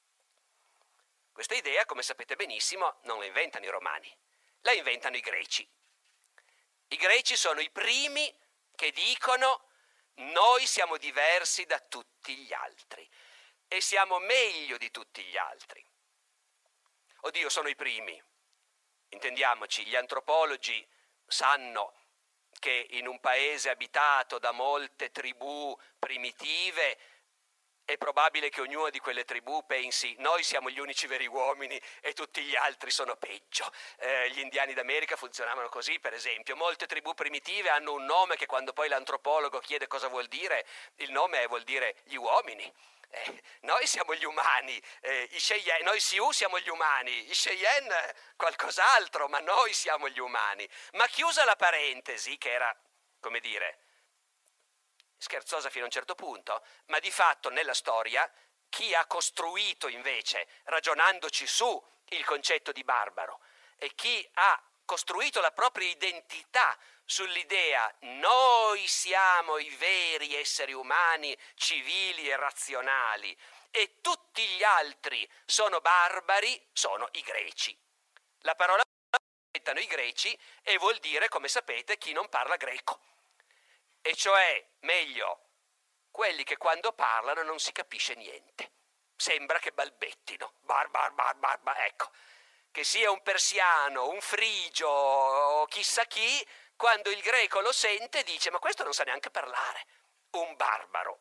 Questa idea, come sapete benissimo, non la inventano i romani, la inventano i greci. I greci sono i primi che dicono: noi siamo diversi da tutti gli altri e siamo meglio di tutti gli altri. Oddio, sono i primi. Intendiamoci, gli antropologi sanno che in un paese abitato da molte tribù primitive è probabile che ognuna di quelle tribù pensi: noi siamo gli unici veri uomini e tutti gli altri sono peggio. Eh, gli indiani d'America funzionavano così, per esempio. Molte tribù primitive hanno un nome che quando poi l'antropologo chiede cosa vuol dire, il nome vuol dire gli uomini. Eh, noi siamo gli umani, eh, i Cheyenne, noi Sioux siamo gli umani, i Cheyenne qualcos'altro, ma noi siamo gli umani. Ma chiusa la parentesi, che era, come dire, scherzosa fino a un certo punto, ma di fatto nella storia chi ha costruito invece, ragionandoci su, il concetto di barbaro e chi ha costruito la propria identità sull'idea noi siamo i veri esseri umani civili e razionali e tutti gli altri sono barbari, sono i greci. La parola inventano i greci e vuol dire, come sapete, chi non parla greco. E cioè, meglio, quelli che quando parlano non si capisce niente. Sembra che balbettino. Bar, bar, bar, bar, bar. Ecco, che sia un persiano, un frigio o chissà chi, quando il greco lo sente dice: ma questo non sa neanche parlare. Un barbaro.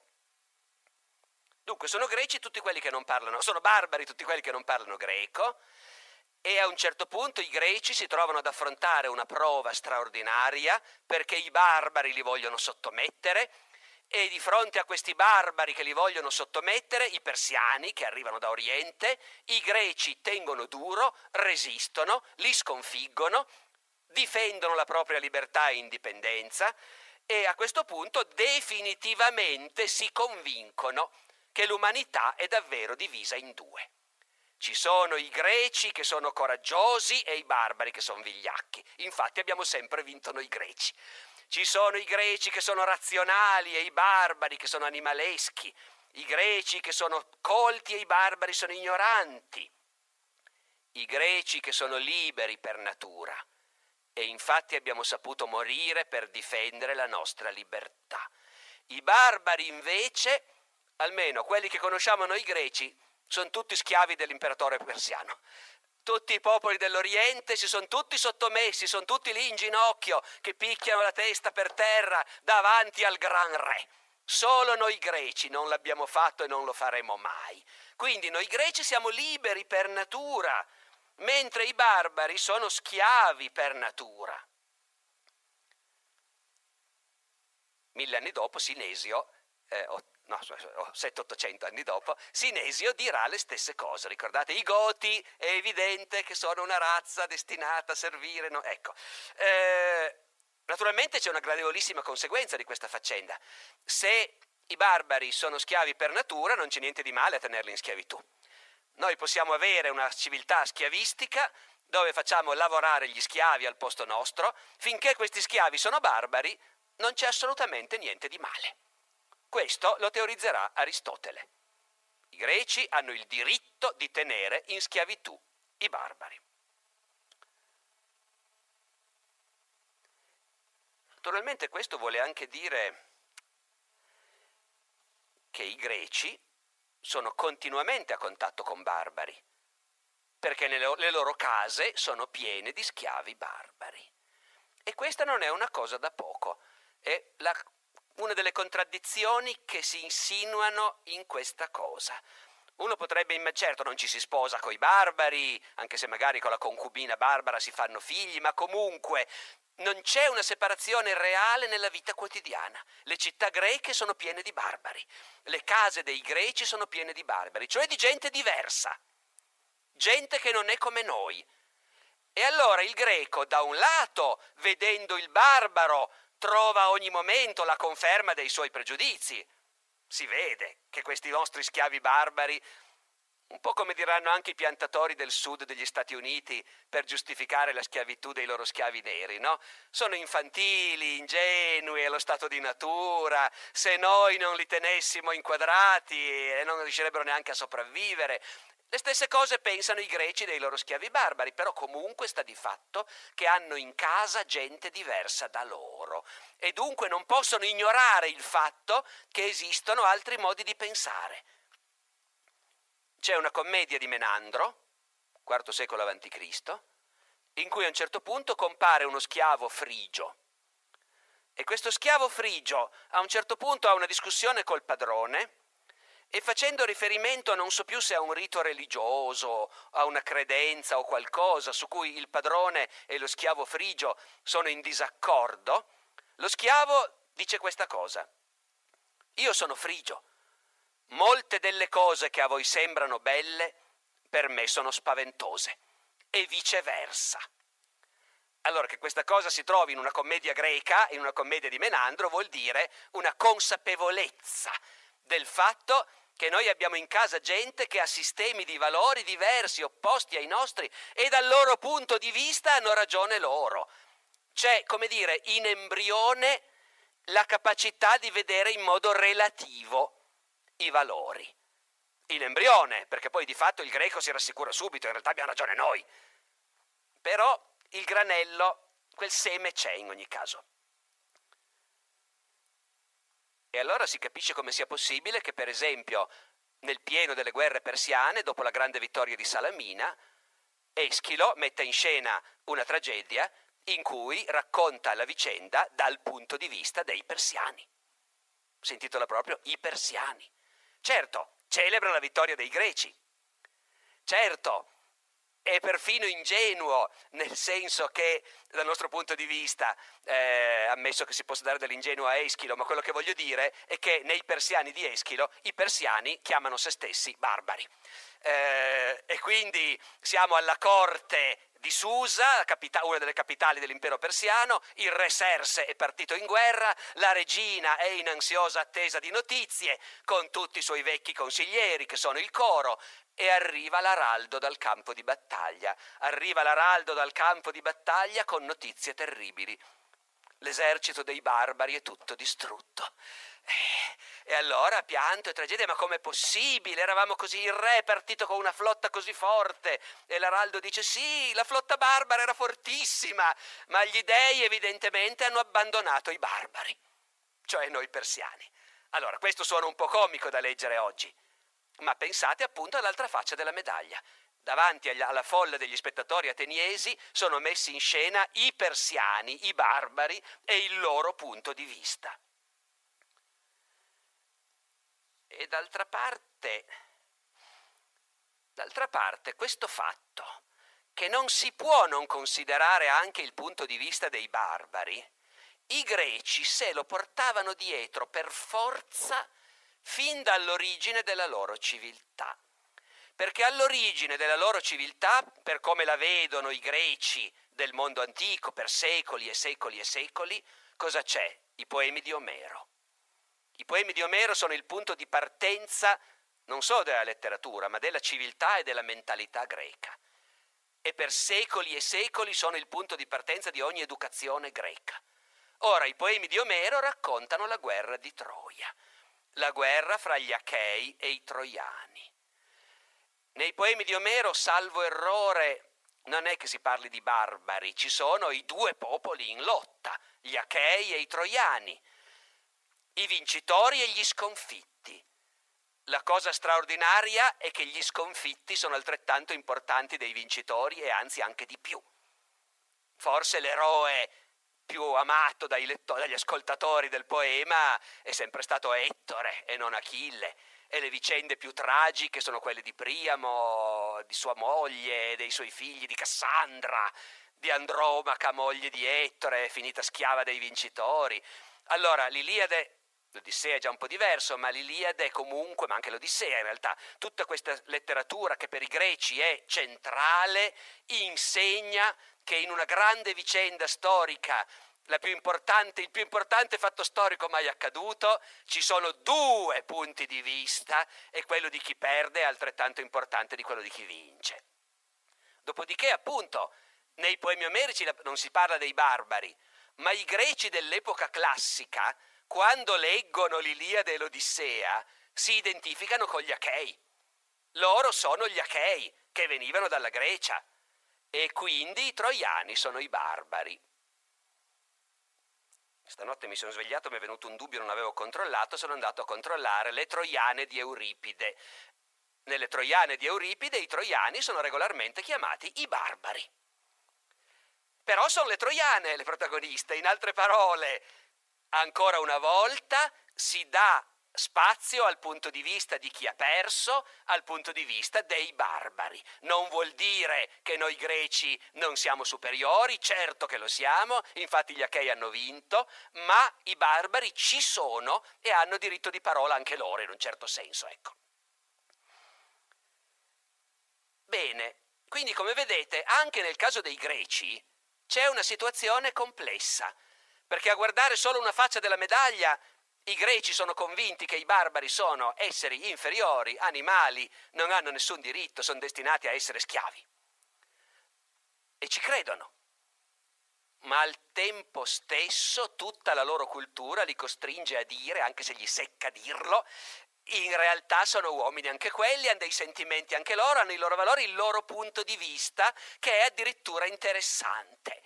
Dunque, sono greci tutti quelli che non parlano, sono barbari tutti quelli che non parlano greco, e a un certo punto i greci si trovano ad affrontare una prova straordinaria perché i barbari li vogliono sottomettere e di fronte a questi barbari che li vogliono sottomettere, i persiani che arrivano da Oriente, i greci tengono duro, resistono, li sconfiggono, difendono la propria libertà e indipendenza e a questo punto definitivamente si convincono che l'umanità è davvero divisa in due. Ci sono i greci che sono coraggiosi e i barbari che sono vigliacchi. Infatti abbiamo sempre vinto noi greci. Ci sono i greci che sono razionali e i barbari che sono animaleschi. I greci che sono colti e i barbari sono ignoranti. I greci che sono liberi per natura. E infatti abbiamo saputo morire per difendere la nostra libertà. I barbari invece, almeno quelli che conosciamo noi greci, sono tutti schiavi dell'imperatore persiano. Tutti i popoli dell'Oriente si sono tutti sottomessi, sono tutti lì in ginocchio che picchiano la testa per terra davanti al gran re. Solo noi greci non l'abbiamo fatto e non lo faremo mai. Quindi noi greci siamo liberi per natura, mentre i barbari sono schiavi per natura. Mille anni dopo Sinesio, eh, no, sette ottocento anni dopo, Sinesio dirà le stesse cose. Ricordate, i Goti è evidente che sono una razza destinata a servire, no? Ecco, eh, naturalmente c'è una gradevolissima conseguenza di questa faccenda. Se i barbari sono schiavi per natura, non c'è niente di male a tenerli in schiavitù. Noi possiamo avere una civiltà schiavistica dove facciamo lavorare gli schiavi al posto nostro, finché questi schiavi sono barbari, non c'è assolutamente niente di male. Questo lo teorizzerà Aristotele. I greci hanno il diritto di tenere in schiavitù i barbari. Naturalmente questo vuole anche dire che i greci sono continuamente a contatto con barbari, perché le loro case sono piene di schiavi barbari. E questa non è una cosa da poco, è la una delle contraddizioni che si insinuano in questa cosa. Uno potrebbe immaginare, certo non ci si sposa coi barbari, anche se magari con la concubina barbara si fanno figli, ma comunque non c'è una separazione reale nella vita quotidiana. Le città greche sono piene di barbari, le case dei greci sono piene di barbari, cioè di gente diversa, gente che non è come noi. E allora il greco, da un lato, vedendo il barbaro, trova a ogni momento la conferma dei suoi pregiudizi. Si vede che questi nostri schiavi barbari, un po' come diranno anche i piantatori del sud degli Stati Uniti per giustificare la schiavitù dei loro schiavi neri, no? Sono infantili, ingenui, allo stato di natura. Se noi non li tenessimo inquadrati e non riuscirebbero neanche a sopravvivere. Le stesse cose pensano i greci dei loro schiavi barbari, però comunque sta di fatto che hanno in casa gente diversa da loro e dunque non possono ignorare il fatto che esistono altri modi di pensare. C'è una commedia di Menandro, quarto secolo avanti Cristo, in cui a un certo punto compare uno schiavo frigio. E questo schiavo frigio a un certo punto ha una discussione col padrone e facendo riferimento non so più se a un rito religioso, a una credenza o qualcosa su cui il padrone e lo schiavo frigio sono in disaccordo, lo schiavo dice questa cosa: io sono frigio, molte delle cose che a voi sembrano belle per me sono spaventose e viceversa. Allora, che questa cosa si trovi in una commedia greca, in una commedia di Menandro, vuol dire una consapevolezza del fatto che noi abbiamo in casa gente che ha sistemi di valori diversi, opposti ai nostri, e dal loro punto di vista hanno ragione loro. C'è, come dire, in embrione la capacità di vedere in modo relativo i valori. In embrione, perché poi di fatto il greco si rassicura subito, in realtà abbiamo ragione noi. Però il granello, quel seme c'è in ogni caso. E allora si capisce come sia possibile che, per esempio, nel pieno delle guerre persiane, dopo la grande vittoria di Salamina, Eschilo metta in scena una tragedia in cui racconta la vicenda dal punto di vista dei persiani. Si intitola proprio I Persiani. Certo, celebra la vittoria dei greci. Certo, è perfino ingenuo, nel senso che dal nostro punto di vista, eh, ammesso che si possa dare dell'ingenuo a Eschilo, ma quello che voglio dire è che nei persiani di Eschilo i persiani chiamano se stessi barbari. Eh, e quindi siamo alla corte di Susa, capita- una delle capitali dell'impero persiano, il re Serse è partito in guerra, la regina è in ansiosa attesa di notizie, con tutti i suoi vecchi consiglieri che sono il coro, e arriva l'araldo dal campo di battaglia. Arriva l'araldo dal campo di battaglia con notizie terribili. L'esercito dei barbari è tutto distrutto. E allora pianto e tragedia, ma com'è possibile? Eravamo così, il re è partito con una flotta così forte. E l'araldo dice: sì, la flotta barbara era fortissima, ma gli dei evidentemente hanno abbandonato i barbari, cioè noi persiani. Allora, questo suona un po' comico da leggere oggi, ma pensate appunto all'altra faccia della medaglia. Davanti alla folla degli spettatori ateniesi sono messi in scena i persiani, i barbari e il loro punto di vista. E d'altra parte, d'altra parte, questo fatto che non si può non considerare anche il punto di vista dei barbari, i greci se lo portavano dietro per forza fin dall'origine della loro civiltà. Perché all'origine della loro civiltà, per come la vedono i greci del mondo antico per secoli e secoli e secoli, cosa c'è? I poemi di Omero. I poemi di Omero sono il punto di partenza non solo della letteratura, ma della civiltà e della mentalità greca. E per secoli e secoli sono il punto di partenza di ogni educazione greca. Ora, i poemi di Omero raccontano la guerra di Troia, la guerra fra gli Achei e i Troiani. Nei poemi di Omero, salvo errore, non è che si parli di barbari, ci sono i due popoli in lotta, gli Achei e i Troiani, i vincitori e gli sconfitti. La cosa straordinaria è che gli sconfitti sono altrettanto importanti dei vincitori e anzi anche di più. Forse l'eroe più amato dai lettori, dagli ascoltatori del poema è sempre stato Ettore e non Achille, e le vicende più tragiche sono quelle di Priamo, di sua moglie, dei suoi figli, di Cassandra, di Andromaca, moglie di Ettore, finita schiava dei vincitori. Allora, l'Iliade, l'Odissea è già un po' diverso, ma l'Iliade comunque, ma anche l'Odissea in realtà, tutta questa letteratura che per i greci è centrale, insegna che in una grande vicenda storica, la più importante, il più importante fatto storico mai accaduto, ci sono due punti di vista e quello di chi perde è altrettanto importante di quello di chi vince. Dopodiché, appunto, nei poemi omerici non si parla dei barbari, ma i greci dell'epoca classica, quando leggono l'Iliade e l'Odissea, si identificano con gli Achei. Loro sono gli Achei, che venivano dalla Grecia, e quindi i troiani sono i barbari. Stanotte mi sono svegliato, mi è venuto un dubbio, non avevo controllato, sono andato a controllare le Troiane di Euripide. Nelle Troiane di Euripide i troiani sono regolarmente chiamati i barbari. Però sono le troiane le protagoniste, in altre parole, ancora una volta si dà spazio al punto di vista di chi ha perso, al punto di vista dei barbari. Non vuol dire che noi greci non siamo superiori, certo che lo siamo, infatti gli Achei hanno vinto, ma i barbari ci sono e hanno diritto di parola anche loro, in un certo senso, ecco. Bene, quindi come vedete, anche nel caso dei greci c'è una situazione complessa, perché a guardare solo una faccia della medaglia i greci sono convinti che i barbari sono esseri inferiori, animali, non hanno nessun diritto, sono destinati a essere schiavi. E ci credono. Ma al tempo stesso tutta la loro cultura li costringe a dire, anche se gli secca dirlo, in realtà sono uomini anche quelli, hanno dei sentimenti anche loro, hanno i loro valori, il loro punto di vista, che è addirittura interessante.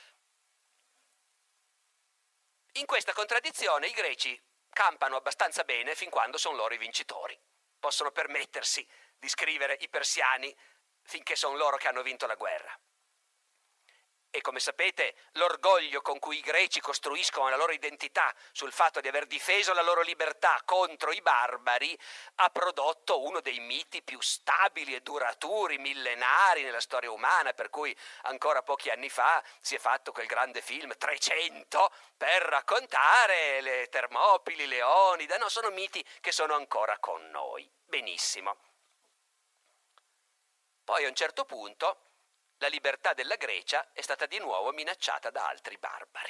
In questa contraddizione i greci campano abbastanza bene fin quando sono loro i vincitori. Possono permettersi di scrivere i persiani finché sono loro che hanno vinto la guerra. E come sapete, l'orgoglio con cui i greci costruiscono la loro identità sul fatto di aver difeso la loro libertà contro i barbari ha prodotto uno dei miti più stabili e duraturi, millenari nella storia umana, per cui ancora pochi anni fa si è fatto quel grande film trecento per raccontare le Termopili, Leonida. No, sono miti che sono ancora con noi. Benissimo. Poi a un certo punto la libertà della Grecia è stata di nuovo minacciata da altri barbari.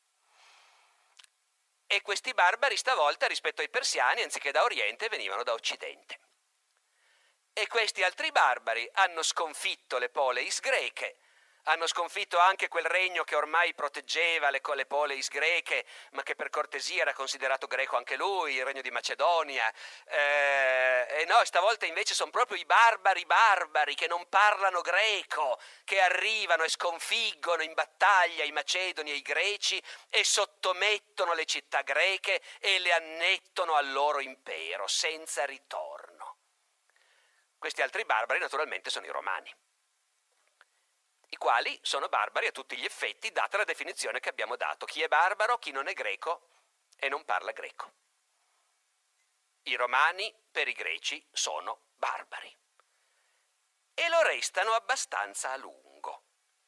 E questi barbari stavolta rispetto ai persiani, anziché da Oriente, venivano da Occidente. E questi altri barbari hanno sconfitto le poleis greche, hanno sconfitto anche quel regno che ormai proteggeva le, le poleis greche, ma che per cortesia era considerato greco anche lui, il regno di Macedonia. Eh, e no, stavolta invece sono proprio i barbari barbari che non parlano greco, che arrivano e sconfiggono in battaglia i macedoni e i greci e sottomettono le città greche e le annettono al loro impero senza ritorno. Questi altri barbari naturalmente sono i romani, i quali sono barbari a tutti gli effetti, data la definizione che abbiamo dato. Chi è barbaro, chi non è greco e non parla greco. I romani per i greci sono barbari e lo restano abbastanza a lungo.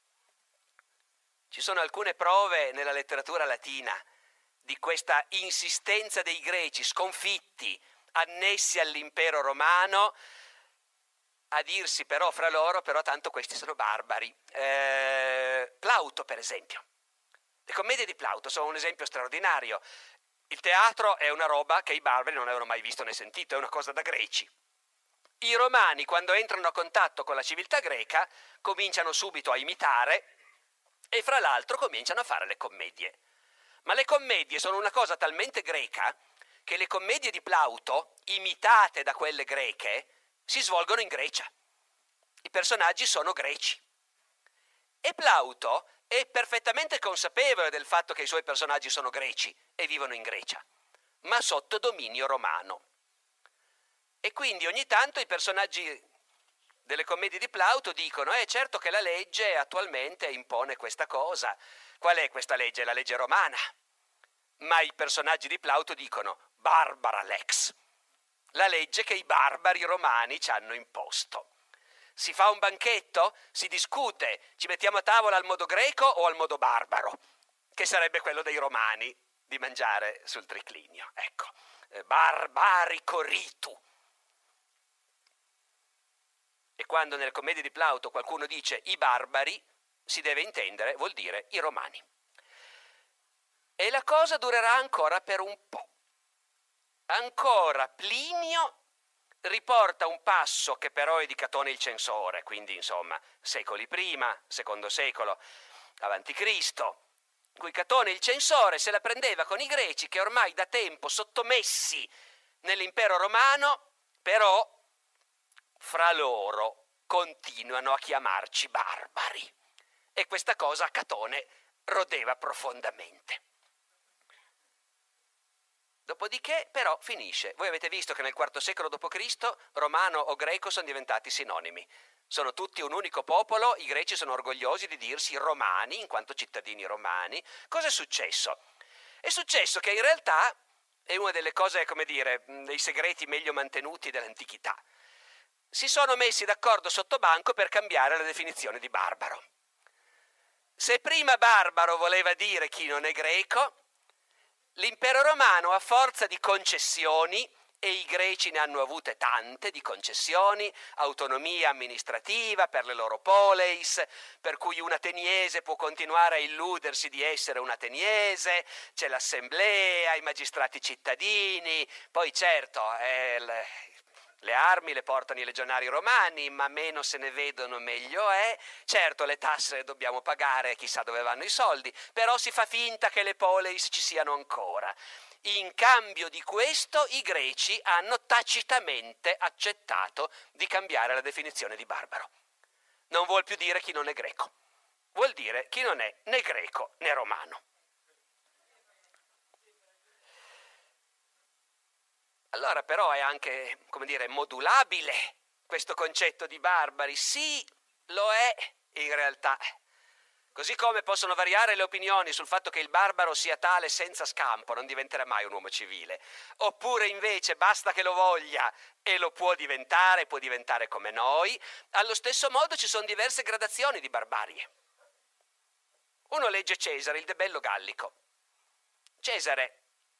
Ci sono alcune prove nella letteratura latina di questa insistenza dei greci sconfitti, annessi all'impero romano, a dirsi però fra loro, però tanto questi sono barbari. Eh, Plauto, per esempio. Le commedie di Plauto sono un esempio straordinario. Il teatro è una roba che i barbari non avevano mai visto né sentito, è una cosa da greci. I romani, quando entrano a contatto con la civiltà greca, cominciano subito a imitare e fra l'altro cominciano a fare le commedie. Ma le commedie sono una cosa talmente greca che le commedie di Plauto, imitate da quelle greche, si svolgono in Grecia. I personaggi sono greci. E Plauto è perfettamente consapevole del fatto che i suoi personaggi sono greci e vivono in Grecia, ma sotto dominio romano. E quindi ogni tanto i personaggi delle commedie di Plauto dicono eh certo che la legge attualmente impone questa cosa. Qual è questa legge? La legge romana. Ma i personaggi di Plauto dicono barbara lex, la legge che i barbari romani ci hanno imposto. Si fa un banchetto? Si discute, ci mettiamo a tavola al modo greco o al modo barbaro, che sarebbe quello dei romani, di mangiare sul triclinio. Ecco, barbarico ritu. E quando nelle commedie di Plauto qualcuno dice i barbari, si deve intendere, vuol dire i romani. E la cosa durerà ancora per un po'. Ancora Plinio riporta un passo che però è di Catone il censore, quindi insomma secoli prima, secondo secolo avanti Cristo, in cui Catone il censore se la prendeva con i greci che ormai da tempo sottomessi nell'impero romano, però fra loro continuano a chiamarci barbari. E questa cosa a Catone rodeva profondamente. Dopodiché però finisce. Voi avete visto che nel quarto secolo dopo Cristo romano o greco sono diventati sinonimi. Sono tutti un unico popolo, i greci sono orgogliosi di dirsi romani in quanto cittadini romani. Cosa è successo? È successo che in realtà è una delle cose, come dire, dei segreti meglio mantenuti dell'antichità. Si sono messi d'accordo sotto banco per cambiare la definizione di barbaro. Se prima barbaro voleva dire chi non è greco, l'impero romano, a forza di concessioni, e i greci ne hanno avute tante di concessioni, autonomia amministrativa per le loro poleis, per cui un ateniese può continuare a illudersi di essere un ateniese, c'è l'assemblea, i magistrati cittadini, poi certo eh, le, le armi le portano i legionari romani, ma meno se ne vedono meglio è, certo le tasse le dobbiamo pagare, chissà dove vanno i soldi, però si fa finta che le poleis ci siano ancora. In cambio di questo i greci hanno tacitamente accettato di cambiare la definizione di barbaro. Non vuol più dire chi non è greco, vuol dire chi non è né greco né romano. Allora però è anche, come dire, modulabile questo concetto di barbari. Sì, lo è in realtà, Così come possono variare le opinioni sul fatto che il barbaro sia tale senza scampo, non diventerà mai un uomo civile. Oppure invece basta che lo voglia e lo può diventare, può diventare come noi. Allo stesso modo ci sono diverse gradazioni di barbarie. Uno legge Cesare, il debello gallico. Cesare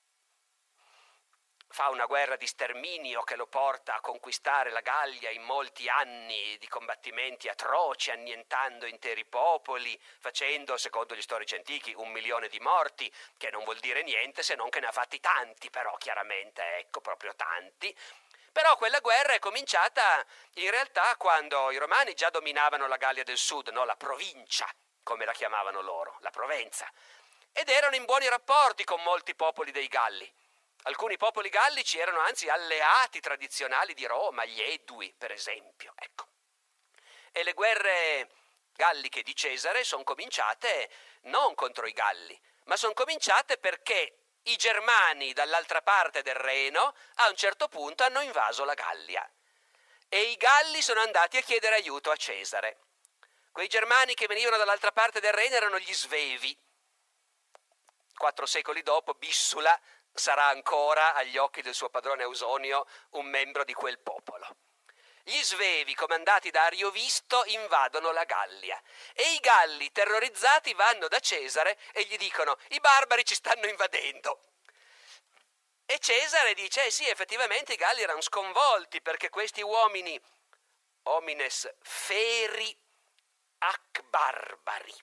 fa una guerra di sterminio che lo porta a conquistare la Gallia in molti anni di combattimenti atroci, annientando interi popoli, facendo, secondo gli storici antichi, un milione di morti, che non vuol dire niente se non che ne ha fatti tanti, però chiaramente, ecco, proprio tanti. Però quella guerra è cominciata in realtà quando i Romani già dominavano la Gallia del Sud, no? La provincia, come la chiamavano loro, la Provenza, ed erano in buoni rapporti con molti popoli dei Galli. Alcuni popoli gallici erano anzi alleati tradizionali di Roma, gli Edui, per esempio. Ecco. E le guerre galliche di Cesare sono cominciate non contro i Galli, ma sono cominciate perché i Germani dall'altra parte del Reno a un certo punto hanno invaso la Gallia e i Galli sono andati a chiedere aiuto a Cesare. Quei Germani che venivano dall'altra parte del Reno erano gli Svevi. Quattro secoli dopo Bissula sarà ancora, agli occhi del suo padrone Ausonio, un membro di quel popolo. Gli Svevi, comandati da Ariovisto, invadono la Gallia e i Galli, terrorizzati, vanno da Cesare e gli dicono: i barbari ci stanno invadendo. E Cesare dice: eh sì, effettivamente i Galli erano sconvolti perché questi uomini, homines feri ac barbari.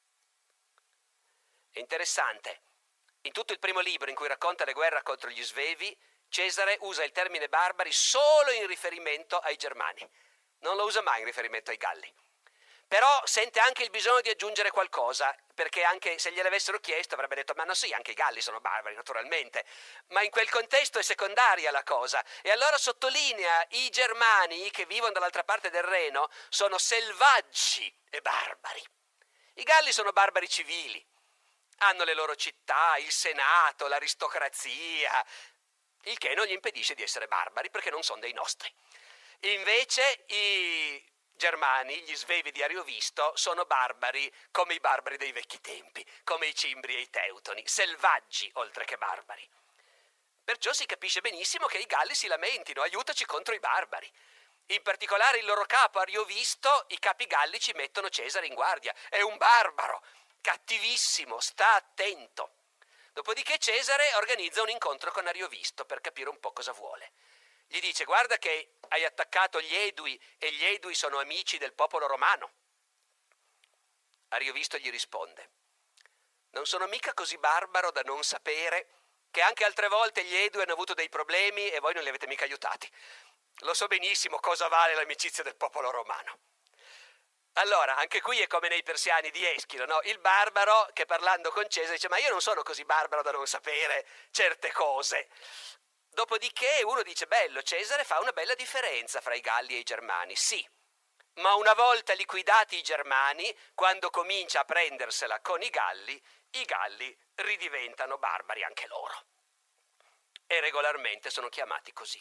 È interessante. In tutto il primo libro in cui racconta le guerre contro gli Svevi, Cesare usa il termine barbari solo in riferimento ai Germani. Non lo usa mai in riferimento ai Galli. Però sente anche il bisogno di aggiungere qualcosa, perché anche se gliel'avessero chiesto avrebbe detto: ma no, sì, anche i Galli sono barbari, naturalmente. Ma in quel contesto è secondaria la cosa. E allora sottolinea: i Germani che vivono dall'altra parte del Reno sono selvaggi e barbari. I Galli sono barbari civili. Hanno le loro città, il senato, l'aristocrazia, il che non gli impedisce di essere barbari perché non sono dei nostri. Invece i Germani, gli Svevi di Ariovisto, sono barbari come i barbari dei vecchi tempi, come i Cimbri e i Teutoni, selvaggi oltre che barbari. Perciò si capisce benissimo che i Galli si lamentino: aiutaci contro i barbari. In particolare il loro capo Ariovisto, i capi gallici mettono Cesare in guardia: è un barbaro, cattivissimo, sta attento. Dopodiché Cesare organizza un incontro con Ariovisto per capire un po' cosa vuole. Gli dice: guarda che hai attaccato gli Edui e gli Edui sono amici del popolo romano. Ariovisto gli risponde: non sono mica così barbaro da non sapere che anche altre volte gli Edui hanno avuto dei problemi e voi non li avete mica aiutati. Lo so benissimo cosa vale l'amicizia del popolo romano. Allora, anche qui è come nei Persiani di Eschilo, no? Il barbaro che parlando con Cesare dice: ma io non sono così barbaro da non sapere certe cose. Dopodiché uno dice: bello, Cesare fa una bella differenza fra i Galli e i Germani. Sì, ma una volta liquidati i Germani, quando comincia a prendersela con i Galli, i Galli ridiventano barbari anche loro. E regolarmente sono chiamati così.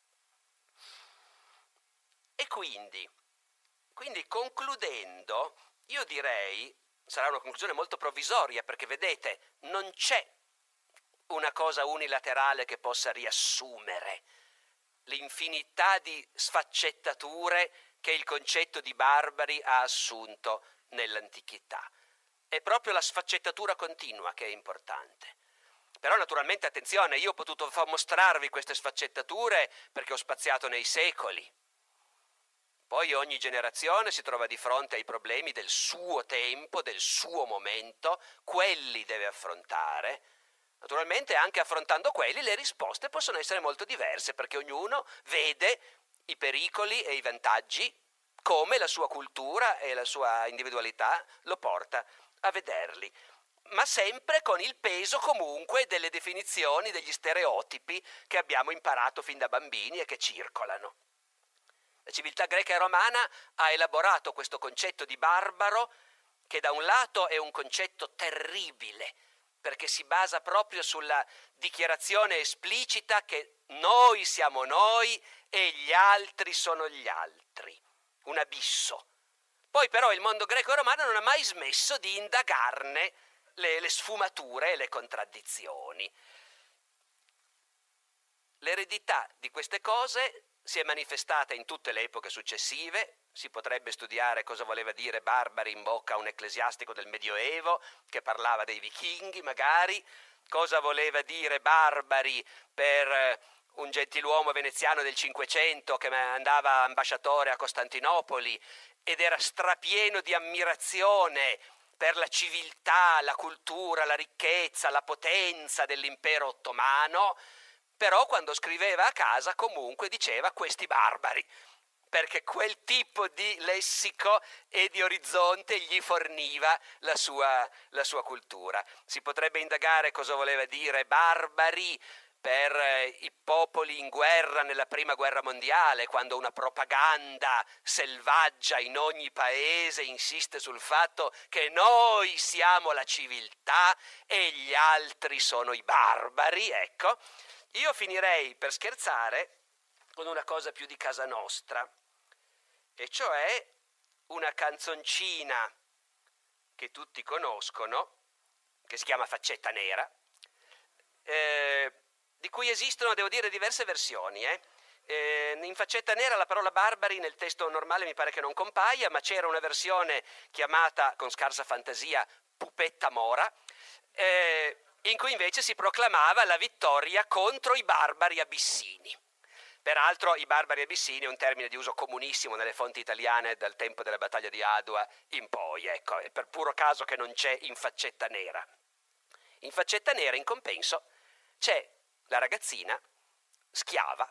E quindi... Quindi concludendo, io direi, sarà una conclusione molto provvisoria, perché vedete, non c'è una cosa unilaterale che possa riassumere l'infinità di sfaccettature che il concetto di barbari ha assunto nell'antichità. È proprio la sfaccettatura continua che è importante. Però naturalmente attenzione, io ho potuto mostrarvi queste sfaccettature perché ho spaziato nei secoli. Poi ogni generazione si trova di fronte ai problemi del suo tempo, del suo momento, quelli deve affrontare. Naturalmente anche affrontando quelli le risposte possono essere molto diverse, perché ognuno vede i pericoli e i vantaggi come la sua cultura e la sua individualità lo porta a vederli, ma sempre con il peso comunque delle definizioni, degli stereotipi che abbiamo imparato fin da bambini e che circolano. La civiltà greca e romana ha elaborato questo concetto di barbaro che da un lato è un concetto terribile perché si basa proprio sulla dichiarazione esplicita che noi siamo noi e gli altri sono gli altri, un abisso. Poi però il mondo greco-romano non ha mai smesso di indagarne le, le sfumature e le contraddizioni. L'eredità di queste cose si è manifestata in tutte le epoche successive. Si potrebbe studiare cosa voleva dire barbari in bocca a un ecclesiastico del Medioevo che parlava dei vichinghi magari, cosa voleva dire barbari per un gentiluomo veneziano del Cinquecento che andava ambasciatore a Costantinopoli ed era strapieno di ammirazione per la civiltà, la cultura, la ricchezza, la potenza dell'impero ottomano, però quando scriveva a casa comunque diceva questi barbari, perché quel tipo di lessico e di orizzonte gli forniva la sua, la sua cultura. Si potrebbe indagare cosa voleva dire barbari per i popoli in guerra nella prima guerra mondiale, quando una propaganda selvaggia in ogni paese insiste sul fatto che noi siamo la civiltà e gli altri sono i barbari. Ecco, io finirei per scherzare con una cosa più di casa nostra, e cioè una canzoncina che tutti conoscono, che si chiama Faccetta Nera, eh, di cui esistono, devo dire, diverse versioni. Eh. Eh, in Faccetta Nera la parola barbari nel testo normale mi pare che non compaia, ma c'era una versione chiamata, con scarsa fantasia, Pupetta Mora, eh, in cui invece si proclamava la vittoria contro i barbari abissini. Peraltro i barbari abissini è un termine di uso comunissimo nelle fonti italiane dal tempo della battaglia di Adua in poi, ecco, è per puro caso che non c'è in Faccetta Nera. In Faccetta Nera, in compenso, c'è la ragazzina schiava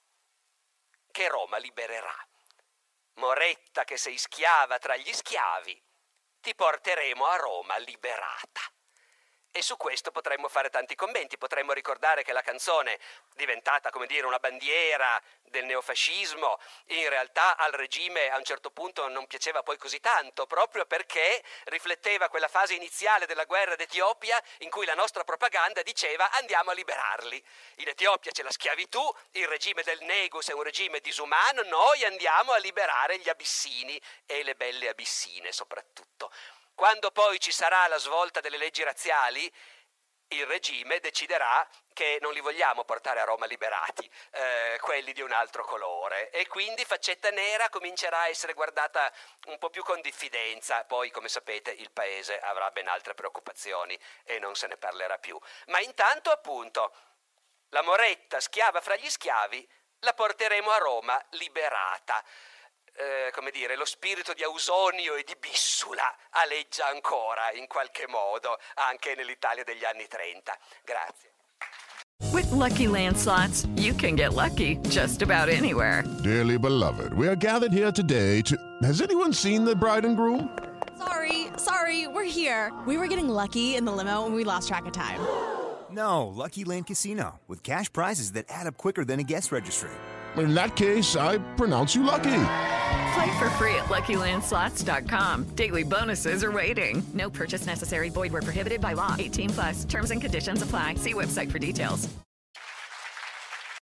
che Roma libererà. Moretta che sei schiava tra gli schiavi, ti porteremo a Roma liberata. E su questo potremmo fare tanti commenti, potremmo ricordare che la canzone, diventata, come dire, una bandiera del neofascismo, in realtà al regime a un certo punto non piaceva poi così tanto, proprio perché rifletteva quella fase iniziale della guerra d'Etiopia in cui la nostra propaganda diceva andiamo a liberarli. In Etiopia c'è la schiavitù, il regime del Negus è un regime disumano, noi andiamo a liberare gli abissini e le belle abissine soprattutto. Quando poi ci sarà la svolta delle leggi razziali, il regime deciderà che non li vogliamo portare a Roma liberati, eh, quelli di un altro colore, e quindi Faccetta Nera comincerà a essere guardata un po' più con diffidenza. Poi, come sapete, il paese avrà ben altre preoccupazioni e non se ne parlerà più. Ma intanto, appunto, la Moretta, schiava fra gli schiavi, la porteremo a Roma liberata. Eh, come dire, lo spirito di Ausonio e di Bissula aleggia ancora in qualche modo anche nell'Italia degli anni trenta. Grazie. With Lucky Land Slots, you can get lucky just about anywhere. Dearly beloved, we are gathered here today to... Has anyone seen the bride and groom? Sorry, sorry, we're here. We were getting lucky in the limo and we lost track of time. No, Lucky Land Casino, with cash prizes that add up quicker than a guest registry. In that case, I pronounce you lucky. Play for free at Lucky Land Slots dot com. Daily bonuses are waiting. No purchase necessary. Void where prohibited by law. eighteen plus. Terms and conditions apply. See website for details.